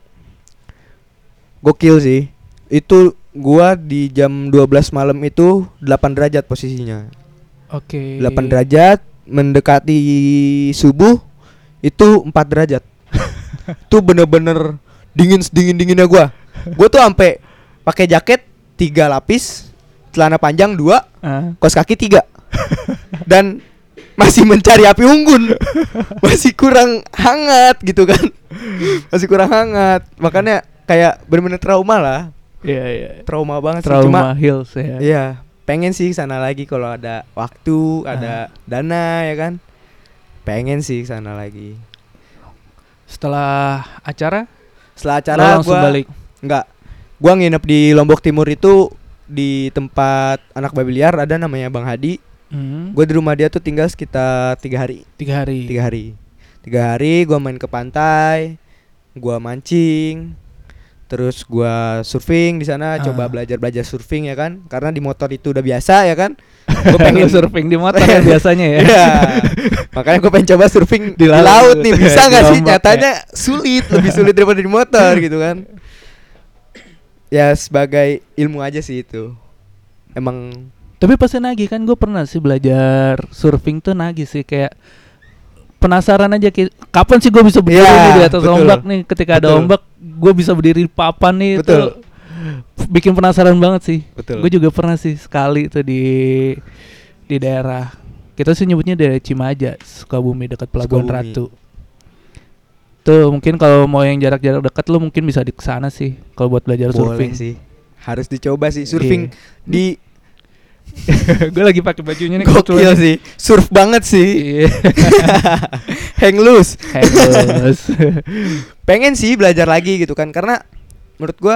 gokil sih. Itu gua di jam 12 malam itu 8 derajat posisinya. Oke. 8 derajat mendekati subuh itu 4 derajat. Tuh bener-bener dinginnya gua tuh sampai pakai jaket 3 lapis, celana panjang 2, kaos kaki 3. Dan masih mencari api unggun. Masih kurang hangat gitu kan. Masih kurang hangat. Makanya kayak bener-bener trauma lah. Iya. Trauma banget sih. Cuma hills ya. Iya, pengen sih sana lagi kalau ada waktu, ada dana ya kan. Pengen sih sana lagi. Setelah acara gua balik. Enggak. Gua nginep di Lombok Timur itu di tempat anak Babi Liar ada namanya Bang Hadi. Gue di rumah dia tuh tinggal sekitar 3 hari. 3 hari gue main ke pantai, gue mancing, terus gue surfing di sana, coba belajar surfing ya kan, karena di motor itu udah biasa ya kan. Gue pengen surfing di motor kan biasanya ya. Iya. Makanya gue pengen coba surfing di laut nih, bisa nggak sih? Nyatanya sulit, lebih sulit daripada di motor gitu kan. Ya sebagai ilmu aja sih itu. Emang. Tapi pasti nagih kan, gue pernah sih belajar surfing tuh nagih sih, kayak penasaran aja kapan sih gue bisa berdiri di atas ombak nih, ketika ada ombak gue bisa berdiri di papan nih. Itu bikin penasaran banget sih. Gue juga pernah sih sekali tuh di daerah, kita sih nyebutnya daerah Cimaja, Sukabumi, dekat Pelabuhan Ratu. Tuh mungkin kalau mau yang jarak-jarak dekat lu mungkin bisa di sana sih kalau buat belajar surfing. Boleh sih. Harus dicoba sih surfing di gue lagi pakai bajunya nih. Gokil sih, surf banget sih. Hang loose. Pengen sih belajar lagi gitu kan, karena menurut gue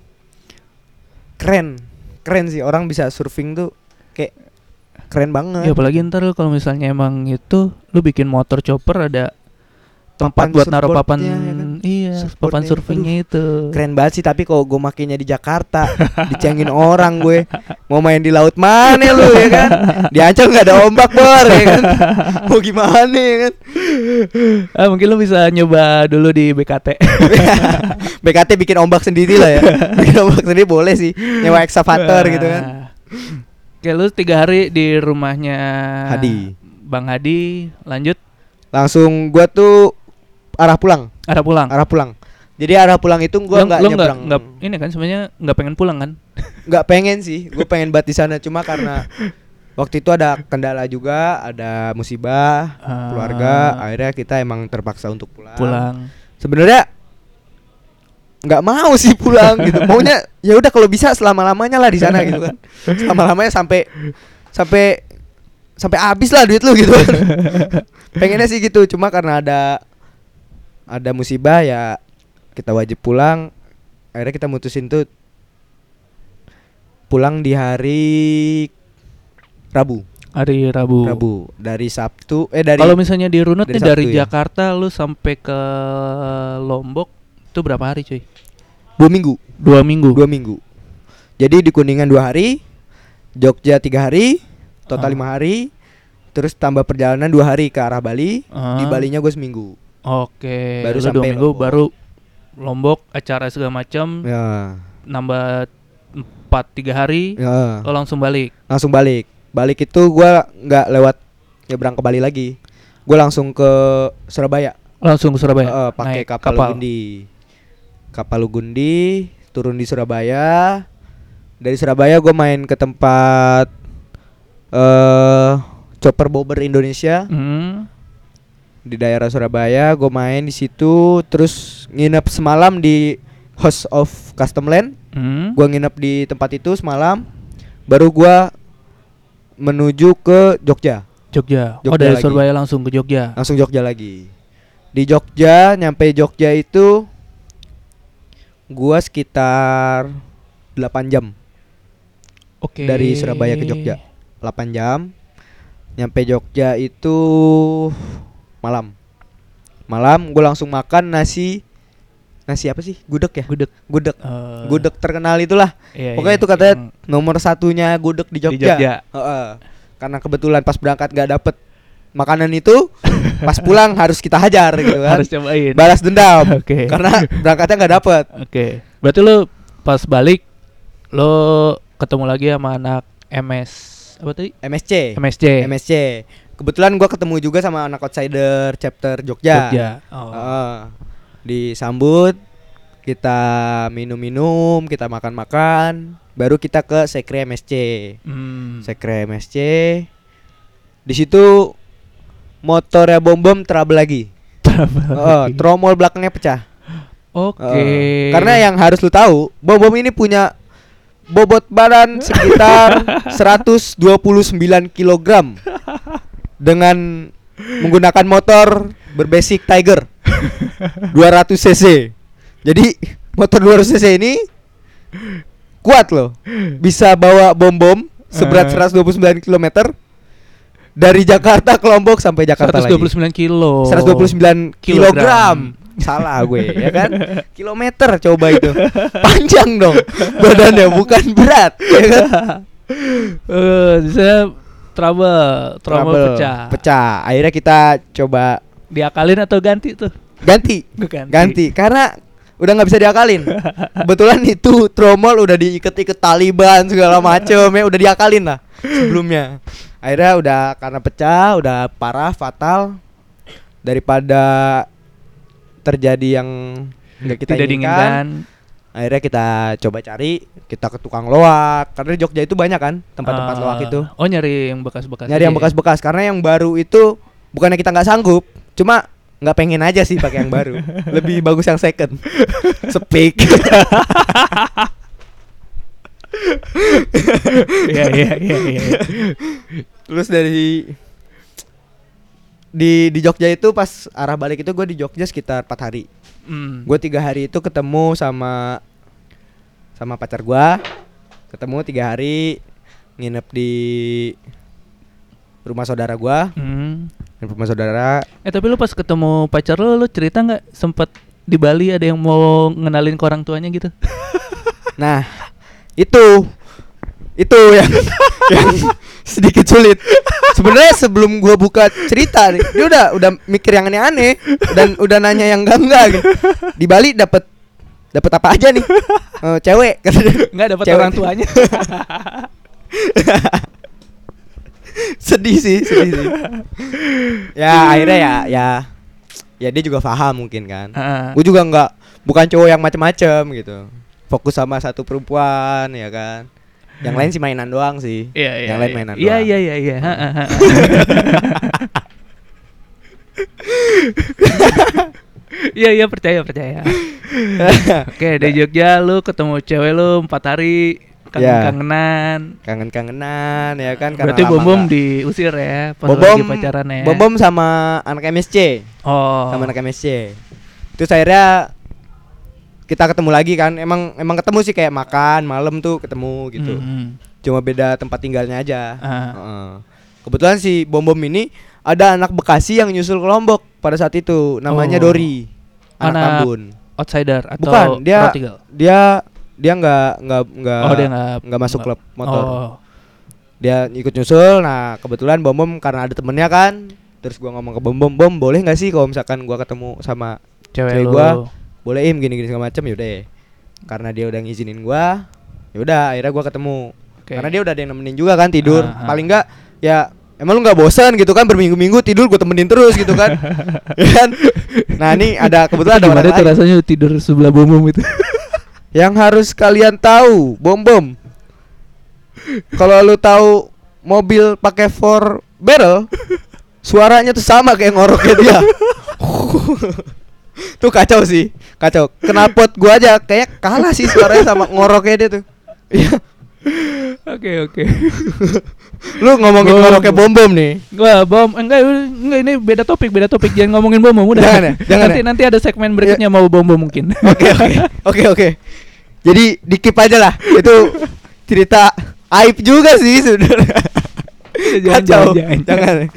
keren sih orang bisa surfing tuh, kayak keren banget. Ya apalagi ntar lu kalau misalnya emang itu lu bikin motor chopper, ada tempat buat naruh papan ya kan? Iya, papan surfingnya itu keren banget sih. Tapi kalau gue makainya di Jakarta dicengin orang, gue mau main di laut mana lu ya kan, diancam nggak ada ombak bor ya kan, mau gimana ya kan. Mungkin lu bisa nyoba dulu di BKT. BKT bikin ombak sendiri lah ya. Bikin ombak sendiri boleh sih, nyewa excavator gitu kan. Kayak lu 3 hari di rumahnya Bang Hadi, lanjut langsung gue tuh arah pulang. Jadi arah pulang itu gue nggak nyebrang. Nggak, ini kan sebenarnya nggak pengen pulang kan? Nggak pengen sih, gue pengen banget di sana. Cuma karena waktu itu ada kendala juga, ada musibah keluarga. Akhirnya kita emang terpaksa untuk pulang. Sebenarnya nggak mau sih pulang gitu. Maunya ya udah kalau bisa selama-lamanya lah di sana gitu kan. Selama-lamanya sampai habis lah duit lu gitu kan. Pengennya sih gitu. Cuma karena ada musibah ya kita wajib pulang. Akhirnya kita mutusin tuh pulang di hari Rabu. Dari Sabtu kalau misalnya dirunut nih dari Jakarta lu sampai ke Lombok itu berapa hari cuy? 2 minggu. 2 minggu. Jadi di Kuningan 2 hari, Jogja 3 hari, total 5 hari. terus tambah perjalanan 2 hari ke arah Bali. Di Balinya gue seminggu. Oke. Baru lu 2 sampai minggu Lombok. baru Lombok, acara segala macam. Ya. Nambah 4-3 hari. Ya. Lo langsung balik. Langsung balik. Balik itu gue nggak lewat nyebrang ke Bali lagi. Gue langsung ke Surabaya. Langsung ke Surabaya. Pakai Naik kapal Lugundi. Kapal Lugundi, turun di Surabaya. Dari Surabaya gue main ke tempat Chopper Bobber Indonesia. Di daerah Surabaya gue main di situ, terus nginep semalam di House of Custom Land. Gue nginep di tempat itu semalam, baru gue menuju ke Jogja. Oh, dari lagi. Surabaya langsung ke Jogja. Langsung Jogja lagi. Di Jogja, nyampe Jogja itu gue sekitar 8 jam. Oke. Dari Surabaya ke Jogja 8 jam. Nyampe Jogja itu malam gue langsung makan nasi apa sih? Gudeg ya? Gudeg terkenal itulah. Pokoknya itu katanya nomor satunya gudeg di Jogja. Karena kebetulan pas berangkat gak dapet makanan itu, pas pulang harus kita hajar gitu kan. Harus cobain. Balas dendam. Karena berangkatnya gak dapet. Berarti lo pas balik lo ketemu lagi sama anak MSC. Kebetulan gue ketemu juga sama anak outsider chapter Jogja. Disambut, kita minum-minum, kita makan-makan, baru kita ke Sekre MSC. Sekre MSC. Di situ motornya Bom trouble lagi. Tromol belakangnya pecah. Karena yang harus lu tahu, Bom ini punya bobot badan sekitar 129 kg dengan menggunakan motor berbasic Tiger 200 cc. Jadi motor 200 cc ini kuat loh, bisa bawa bom seberat 129 km dari Jakarta ke Lombok sampai Jakarta 129 lagi. 129 129 kilogram. Salah gue ya kan. Kilometer coba itu. Panjang dong badannya, bukan berat ya kan. Saya trouble pecah. Akhirnya kita coba diakalin atau ganti tuh? Ganti karena udah nggak bisa diakalin. Kebetulan itu tromol udah diikat-ikat Taliban segala macem ya, udah diakalin lah sebelumnya. Akhirnya udah karena pecah, udah parah, fatal. Daripada terjadi yang nggak kita inginkan, akhirnya kita coba cari, kita ke tukang loak. Karena di Jogja itu banyak kan tempat-tempat loak itu. Nyari yang bekas-bekas. Nyari yang bekas-bekas karena yang baru itu bukannya kita nggak sanggup, cuma nggak pengen aja sih pakai yang baru. Lebih bagus yang second. Sepik. Iya. Terus di Jogja itu pas arah balik itu gue di Jogja sekitar 4 hari. Gue 3 hari itu ketemu sama pacar gue. Ketemu 3 hari, nginep di rumah saudara gue. Rumah saudara. Tapi lu pas ketemu pacar lu cerita nggak sempet di Bali ada yang mau ngenalin ke orang tuanya gitu? Nah itu yang sedikit sulit. Sebenarnya sebelum gua buka cerita nih, dia udah mikir yang aneh-aneh dan udah nanya yang enggak gitu. Di Bali dapat apa aja nih? Cewek. Enggak dapat orang tuanya. sedih sih. Ya akhirnya ya dia juga paham mungkin kan. Gue juga bukan cowok yang macem-macem gitu. Fokus sama satu perempuan ya kan. Yang lain sih mainan doang sih. Yang lain mainan doang. Iya. Iya percaya. Oke, di Jogja lu ketemu cewek lu 4 hari, kangen-kangenan ya kan. Berarti Bom diusir ya pas lagi pacaran ya. Bom sama anak MSC. Sama anak MSC. Terus akhirnya kita ketemu lagi kan. Emang ketemu sih, kayak makan malam tuh ketemu gitu. Cuma beda tempat tinggalnya aja. Kebetulan si Bom ini ada anak Bekasi yang nyusul ke Lombok pada saat itu, namanya Dori. Anak Tambun. Outsider atau bukan, dia nggak nggak masuk klub motor. Dia ikut nyusul. Nah kebetulan Bom karena ada temennya kan. Terus gua ngomong ke Bom boleh nggak sih kalau misalkan gua ketemu sama cewek gua, boleh gini segala macam. Yaudah, karena dia udah ngizinin gua, yaudah akhirnya gua ketemu. Karena dia udah ada yang nemenin juga kan tidur. Paling nggak ya emang lu nggak bosan gitu kan berminggu-minggu tidur gua temenin terus gitu kan. Ya kan? Nah ini ada kebetulan ada orang lain. Rasanya tidur sebelah Bom itu. Yang harus kalian tahu, Bom. Kalau lu tahu mobil pakai 4 barrel, suaranya tuh sama kayak ngoroknya dia. Tuh kacau sih, kacau. Knalpot gua aja kayak kalah sih suaranya sama ngoroknya dia tuh. Iya. Oke. Lu ngomongin ngoroknya Bom nih. Wah, enggak ini beda topik. Jangan ngomongin Bom udah. Jangan nanti ada segmen berikutnya mau Bom mungkin. Oke. Jadi dikip aja lah. Itu cerita aib juga sih sebenarnya. Jangan.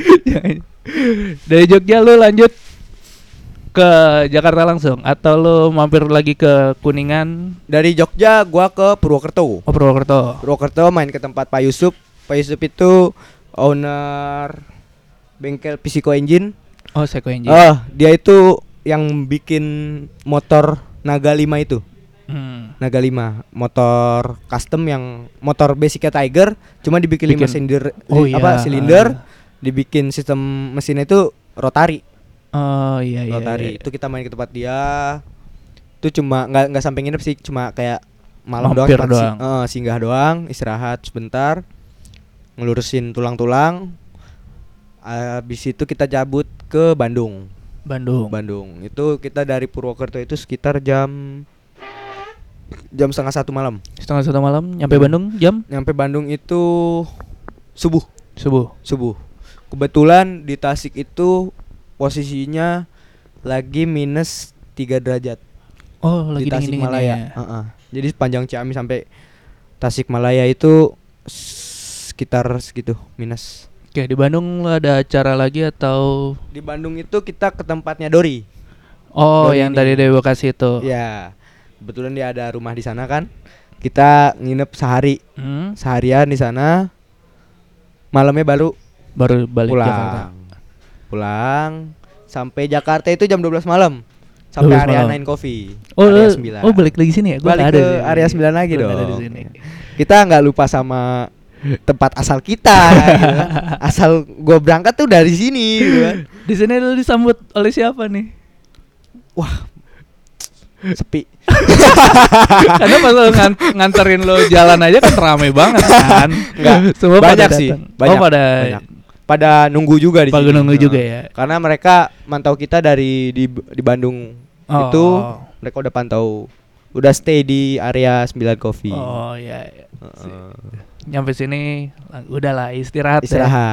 Dari Jogja lu lanjut ke Jakarta langsung atau lu mampir lagi ke Kuningan? Dari Jogja gua ke Purwokerto. Oh, Purwokerto main ke tempat Pak Yusuf. Pak Yusuf itu owner bengkel Physico Engine. Oh, Seiko Engine. Dia itu yang bikin motor Naga 5 itu. Naga 5 motor custom yang motor basicnya Tiger cuma dibikin 5 silinder silinder dibikin sistem mesinnya itu rotari. Rotari. Itu kita main ke tempat dia. Itu cuma enggak sampai nginep sih, cuma kayak malam doang. Singgah doang, istirahat sebentar. Ngelurusin tulang-tulang. Habis itu kita cabut ke Bandung. Itu kita dari Purwokerto itu sekitar jam 12:30 malam. Nyampe Bandung jam? Nyampe Bandung itu subuh. Kebetulan di Tasik itu posisinya lagi minus 3 derajat. Oh, lagi di Tasik Malaya. Jadi sepanjang Ciamis sampai Tasik Malaya itu sekitar segitu minus. Oke, di Bandung ada acara lagi atau? Di Bandung itu kita ke tempatnya Dori. Oh, Dori yang tadi Dewi Bekasi itu. Ya. Kebetulan dia ada rumah di sana kan. Kita nginep seharian di sana. Malamnya baru balik pulang. Jakarta. Pulang sampai Jakarta itu jam 12 malam. Sampai area 9 Coffee. Area 9. Oh, balik lagi sini ya? Balik ke area 9 lagi dong. Kita enggak lupa sama tempat asal kita gitu kan. Asal gua berangkat tuh dari sini gitu kan. Di sini lu disambut oleh siapa nih? Wah, sepi. Karena pas lo nganterin lo jalan aja kan rame banget kan. Enggak, semua banyak sih. Banyak. Pada nunggu juga di sini. Nunggu juga ya. Karena mereka mantau kita dari di Bandung. Itu mereka udah pantau. Udah stay di area 9 Coffee. Oh iya. Nyampe sini udahlah istirahat.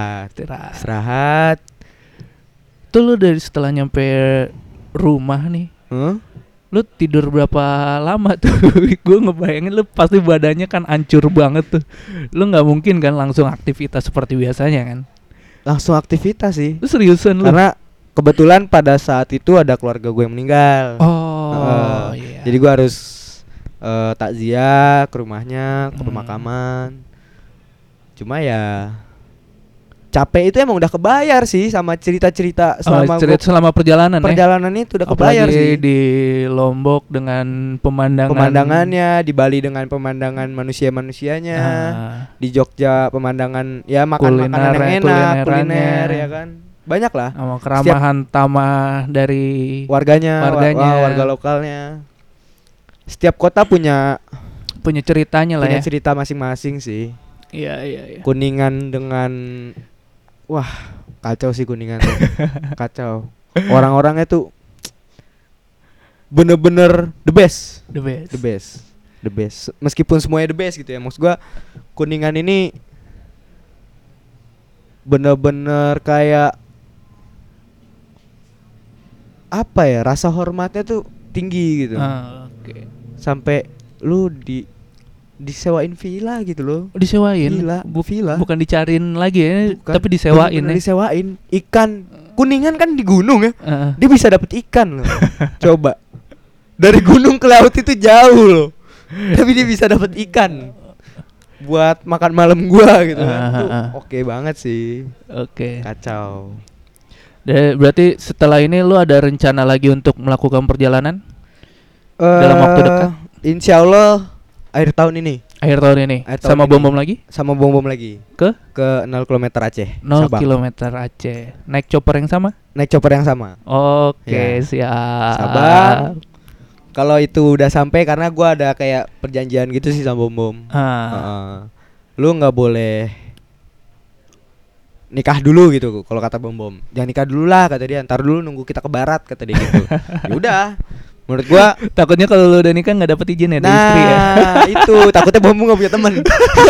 Tuh lu dari setelah nyampe rumah nih. Lu tidur berapa lama tuh? Gue ngebayangin lu pasti badannya kan hancur banget tuh. Lu nggak mungkin kan langsung aktivitas seperti biasanya kan? Langsung aktivitas sih. Lu seriusan lu? Karena kebetulan pada saat itu ada keluarga gue yang meninggal. Iya. Jadi gue harus takziah ke rumahnya, ke pemakaman. Cuma ya capek itu emang udah kebayar sih sama cerita-cerita selama perjalanan itu udah kebayar sih. Di Lombok dengan pemandangannya, di Bali dengan pemandangan manusia-manusianya, di Jogja pemandangan ya makanan yang enak, kuliner ya kan. Banyak lah. Sama keramahan tamah dari warganya. Warga lokalnya. Setiap kota punya ceritanya lah ya. Punya cerita masing-masing sih. Iya. Kuningan dengan kacau sih Kuningan tuh. Kacau. Orang-orangnya tuh bener-bener the best. Meskipun semuanya the best gitu ya. Maksud gua Kuningan ini bener-bener kayak apa ya? Rasa hormatnya tuh tinggi gitu. Sampai lu disewain villa gitu loh. Disewain? Villa. Bukan dicariin lagi ya, tapi disewain ya. Disewain. Ikan Kuningan kan di gunung ya. Dia bisa dapet ikan loh. Coba. Dari gunung ke laut itu jauh loh. Tapi dia bisa dapet ikan. buat makan malam gua gitu kan. Oke banget sih. Oke. Kacau. Berarti setelah ini lu ada rencana lagi untuk melakukan perjalanan dalam waktu dekat? Insya Allah akhir tahun ini. Akhir tahun ini. Sama bom-bom lagi? Sama bom-bom lagi. Ke 0 km Aceh. 0 Sabang. km Aceh. Naik chopper yang sama? Naik chopper yang sama. Oke, Ya. siap. Sabang. Kalau itu udah sampai, karena gua ada kayak perjanjian gitu sih sama bom-bom. Lu nggak boleh nikah dulu gitu kalau kata bom-bom. Jangan nikah dulu lah kata dia. Ntar dulu nunggu kita ke barat kata dia gitu. Ya udah. Menurut gua Takutnya kalau lu udah nikah nggak dapet izin ya dari istri ya. Nah itu takutnya bom nggak punya teman.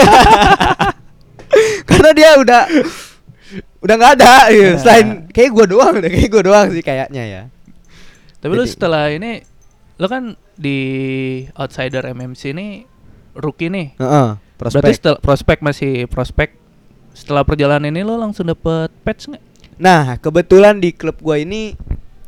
Karena dia udah nggak ada gitu. Selain kayak gua doang sih kayaknya ya. Tapi lu setelah ini, lu kan di Outsider MMC ini rookie nih. Prospek. Berarti setelah prospek. Setelah perjalanan ini lo langsung dapet patch nggak? Nah kebetulan di klub gua ini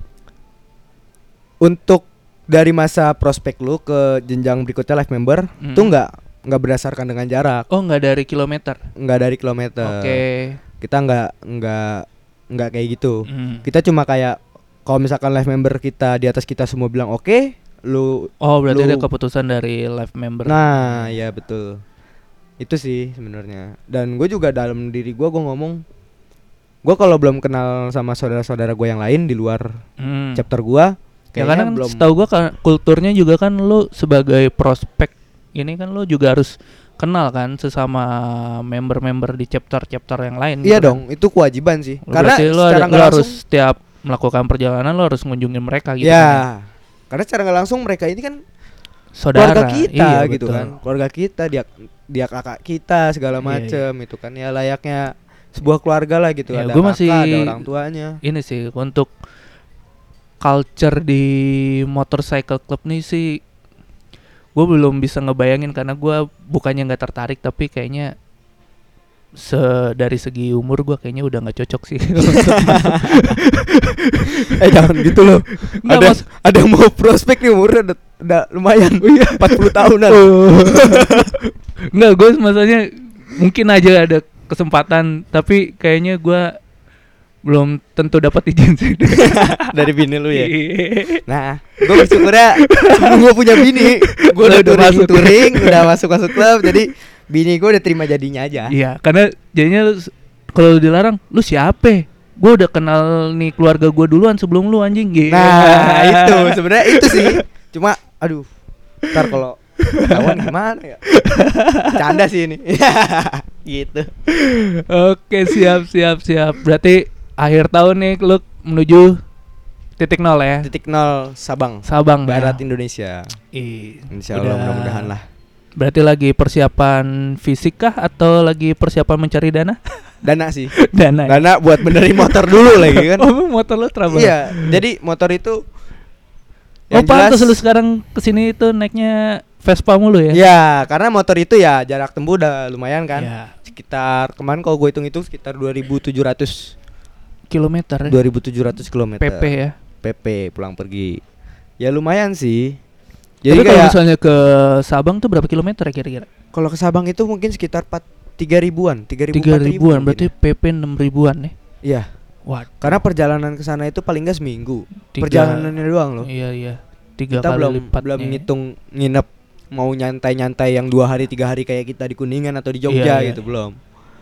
untuk dari masa prospek lu ke jenjang berikutnya life member tuh nggak berdasarkan dengan jarak. Oh, nggak dari kilometer? Nggak dari kilometer. Oke. Kita nggak kayak gitu. Kita cuma kayak kalau misalkan life member kita di atas kita semua bilang oke, lu. Oh, berarti ada keputusan dari life member. Nah, ya betul. Itu sih sebenarnya. Dan gue juga dalam diri gue ngomong, gue kalau belum kenal sama saudara-saudara gue yang lain di luar chapter gue. Ya karena kan setahu gua kulturnya juga kan lo sebagai prospek ini kan lo juga harus kenal kan sesama member-member di chapter yang lain. Iya gitu dong, kan? Itu kewajiban sih. Berarti karena lo harus setiap melakukan perjalanan lo harus ngunjungin mereka gitu. Ya, karena secara nggak langsung mereka ini kan saudara keluarga kita gitu betul. kan. Keluarga kita, dia kakak kita segala macem itu kan ya layaknya sebuah keluarga lah gitu. Ya, ada kakak, ada orang tuanya. Ini sih untuk culture di motorcycle club nih sih gue belum bisa ngebayangin karena gue bukannya nggak tertarik tapi kayaknya dari segi umur gue kayaknya udah nggak cocok sih. Jangan gitu loh. Ada yang mau prospek nih umurnya udah lumayan 40 tahunan. Nggak, gue maksudnya mungkin aja ada kesempatan tapi kayaknya gue belum tentu dapat izin sih dari bini lu ya. Nah, gue bersyukurnya sebelum gue punya bini, gue udah touring, udah masuk klub, jadi bini gue udah terima jadinya aja. Iya, karena jadinya kalau dilarang, lu siapa? Gue udah kenal nih keluarga gue duluan sebelum lu anjing. Nah, itu sebenarnya itu sih. Cuma, aduh, ntar kalau kawan gimana ya? Canda sih ini. Gitu. Oke, siap. Berarti akhir tahun nih lu menuju titik nol ya. Titik nol Sabang Barat ya. Indonesia. Insya Allah mudah-mudahan lah. Berarti lagi persiapan fisik kah atau lagi persiapan mencari dana? Dana sih. Dana buat benerin motor dulu lagi kan. Oh, motor lu trouble. Iya, jadi motor itu yang pantas lu sekarang kesini itu naiknya Vespa mulu ya? Iya, karena motor itu ya jarak tempuh udah lumayan kan. Ya. Sekitar kemarin kalau gue hitung sekitar 2.700 kilometer. 2.700 kilometer. PP ya. PP pulang pergi. Ya lumayan sih. Jadi kalau misalnya ke Sabang tuh berapa kilometer ya kira-kira? Kalau ke Sabang itu mungkin sekitar 3.000-an, 3.000-an berarti PP 6.000-an nih. Iya. Waduh. Karena perjalanan ke sana itu paling enggak seminggu. Perjalanannya doang loh. Iya. 3 kita kali lipatnya. Belum ngitung nginep mau nyantai-nyantai yang 2 hari 3 hari kayak kita di Kuningan atau di Jogja gitu belum.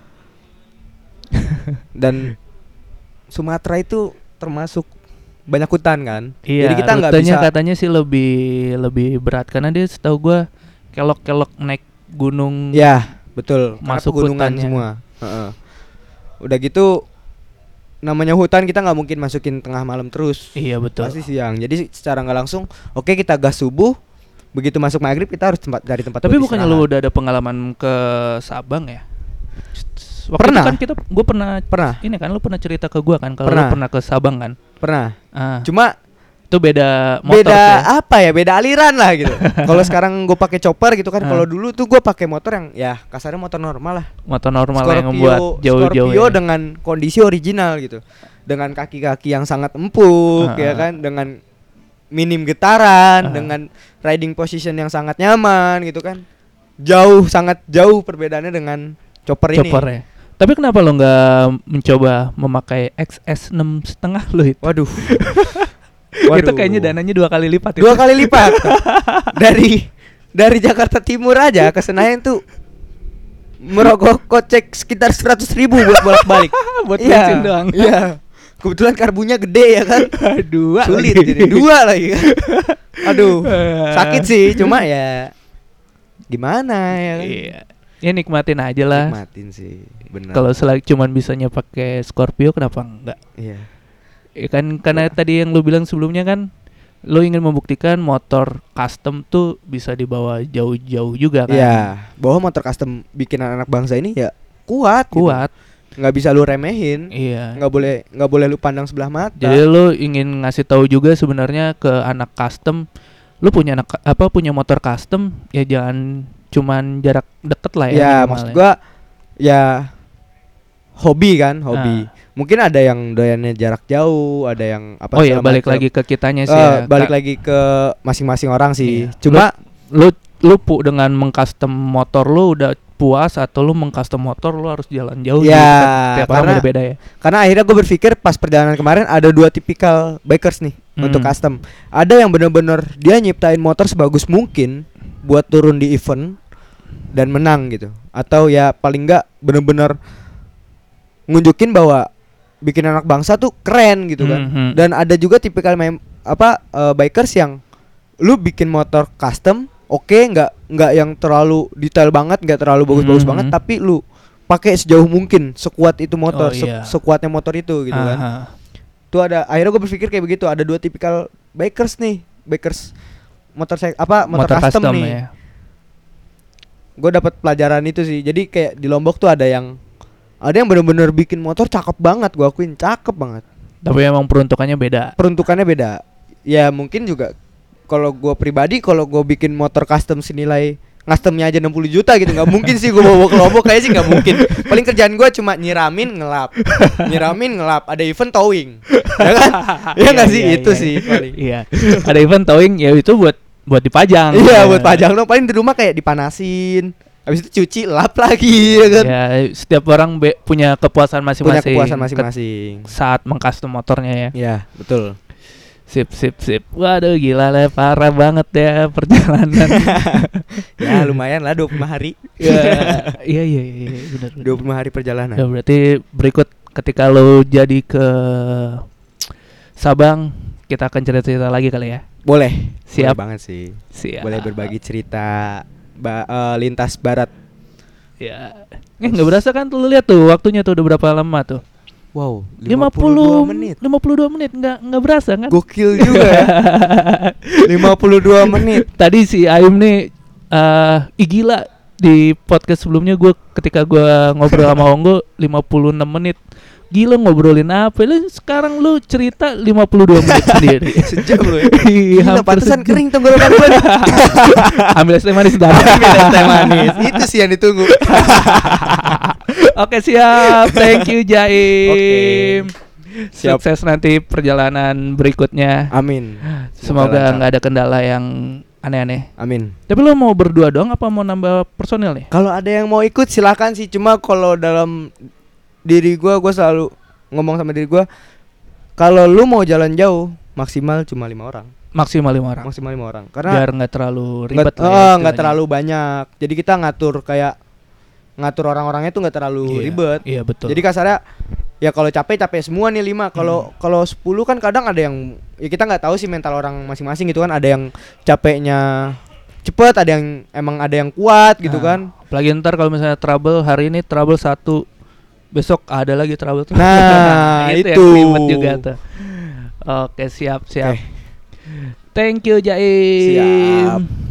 Dan Sumatera itu termasuk banyak hutan kan. Iya, jadi kita nggak bisa. Katanya sih lebih berat karena dia setahu gue kelok-kelok naik gunung. Ya betul. Masuk gunungan hutannya semua. Udah gitu namanya hutan kita nggak mungkin masukin tengah malam terus. Iya betul. Pasti siang. Jadi secara nggak langsung, oke kita gas subuh. Begitu masuk maghrib kita harus cari tempat. Tapi bukannya lu udah ada pengalaman ke Sabang ya? Waktu pernah. Itu kan gue pernah. Ini kan lu pernah cerita ke gue kan kalau lu pernah ke Sabang kan? Pernah. Cuma itu beda motor. Beda aliran lah gitu. Kalau sekarang gue pakai chopper gitu kan. Kalau dulu tuh gue pakai motor yang ya kasarnya motor normal lah. Motor normal Scorpio, yang membuat jauh-jauh. Scorpio ya. Dengan kondisi original gitu. Dengan kaki-kaki yang sangat empuk ya kan, dengan minim getaran, dengan riding position yang sangat nyaman gitu kan. sangat jauh perbedaannya dengan chopper ini. Ya. Tapi kenapa lo nggak mencoba memakai XS6,5 lo itu? Waduh. Itu kayaknya dananya 2 kali lipat. 2 kali lipat. dari Jakarta Timur aja ke Senayan tuh merogoh kocek sekitar 100.000 buat bolak-balik. Buat bensin doang. Iya. Kebetulan karbunya gede ya kan. Dua sulit lagi. jadi 2 lagi kan. Aduh, sakit sih, cuma ya gimana ya kan. Iya. Ya nikmatin aja lah. Nikmatin sih, benar. Kalau selagi cuman bisanya pakai Scorpio kenapa enggak? Iya. Ya kan karena tadi yang lu bilang sebelumnya kan lu ingin membuktikan motor custom tuh bisa dibawa jauh-jauh juga kan. Iya, bahwa motor custom bikinan anak bangsa ini ya kuat. Gitu. Nggak bisa lu remehin. Iya. Nggak boleh lu pandang sebelah mata. Jadi lu ingin ngasih tahu juga sebenarnya ke anak custom, lu punya punya motor custom ya jangan cuman jarak deket lah ya. Ya maksud gua ya hobi kan, hobi. Mungkin ada yang doyannya jarak jauh, ada yang apa? Oh ya balik lagi ke kitanya sih. Balik lagi ke masing-masing orang sih. Iya. Cuma lu dengan mengcustom motor lu udah puas atau lu mengcustom motor lu harus jalan jauh ya, gitu kan? Tiap orang beda-beda ya. Karena akhirnya gue berpikir pas perjalanan kemarin ada 2 tipikal bikers nih untuk custom. Ada yang bener-bener dia nyiptain motor sebagus mungkin buat turun di event dan menang gitu. Atau ya paling enggak bener-bener ngunjukin bahwa bikin anak bangsa tuh keren gitu kan. Dan ada juga tipikal bikers yang lu bikin motor custom oke, nggak yang terlalu detail banget, nggak terlalu bagus-bagus banget, tapi lu pakai sejauh mungkin sekuat itu motor, sekuatnya motor itu gitu kan. Tuh akhirnya gue berpikir kayak begitu, ada 2 tipikal bikers motor custom nih. Ya. Gue dapat pelajaran itu sih. Jadi kayak di Lombok tuh ada yang benar-benar bikin motor cakep banget, gue akuin cakep banget. Tapi emang peruntukannya beda. Ya mungkin juga kalau gue pribadi, kalau gue bikin motor custom senilai customnya aja 60 juta gitu, nggak mungkin sih gue bawa ke Lombok, kayaknya sih nggak mungkin. Paling kerjaan gue cuma nyiramin ngelap, ada event towing, ya kan? Ya nggak sih itu sih paling. Iya. Ada event towing ya itu buat dipajang. Iya buat pajang dong. Paling di rumah kayak dipanasin, habis itu cuci lap lagi, ya kan? Ya setiap orang punya kepuasan masing-masing. Saat mengcustom motornya ya. Iya betul. Sip. Waduh gila lah, parah banget ya perjalanan. Ya lumayan lah 25 hari. Iya benar. 25 hari perjalanan. Ya berarti berikut ketika lo jadi ke Sabang kita akan cerita lagi kali ya. Boleh. Siap. Boleh banget sih. Siap. Boleh berbagi cerita lintas barat. Ya. Nggak berasa kan tuh, lu lihat tuh waktunya tuh udah berapa lama tuh? Wow, 52 menit nggak berasa kan? Gokil juga ya. 52 menit. Tadi si Aim nih gila di podcast sebelumnya ketika gue ngobrol sama Onggo 56 menit. Gila ngobrolin apa? Sekarang lu cerita 52 menit sendiri. Sejam lu ya. Gila pantesan kering tenggorokan gue. Ambil es teh manis dah. Itu sih yang ditunggu. Oke siap. Thank you Jaim. Siap. Sukses nanti perjalanan berikutnya. Amin. Semoga nggak ada kendala yang aneh-aneh. Amin. Tapi lo mau berdua doang apa mau nambah personil nih? Kalau ada yang mau ikut silakan sih. Cuma kalau dalam diri gue selalu ngomong sama diri gue, kalau lu mau jalan jauh maksimal cuma 5 orang. Maksimal 5 orang. Karena biar nggak terlalu ribet nggak terlalu banyak. Jadi kita ngatur orang-orangnya tuh nggak terlalu ribet. Iya betul. Jadi kasarnya ya kalau capek semua nih 5. Kalau 10 kan kadang ada yang ya kita nggak tahu sih mental orang masing-masing gitu kan. Ada yang capeknya cepet, ada yang kuat gitu kan. Apalagi ntar kalau misalnya trouble hari ini trouble 1, besok ada lagi trouble. Nah itu ribet juga tuh. Oke siap. Okay. Thank you Jaim. Siap.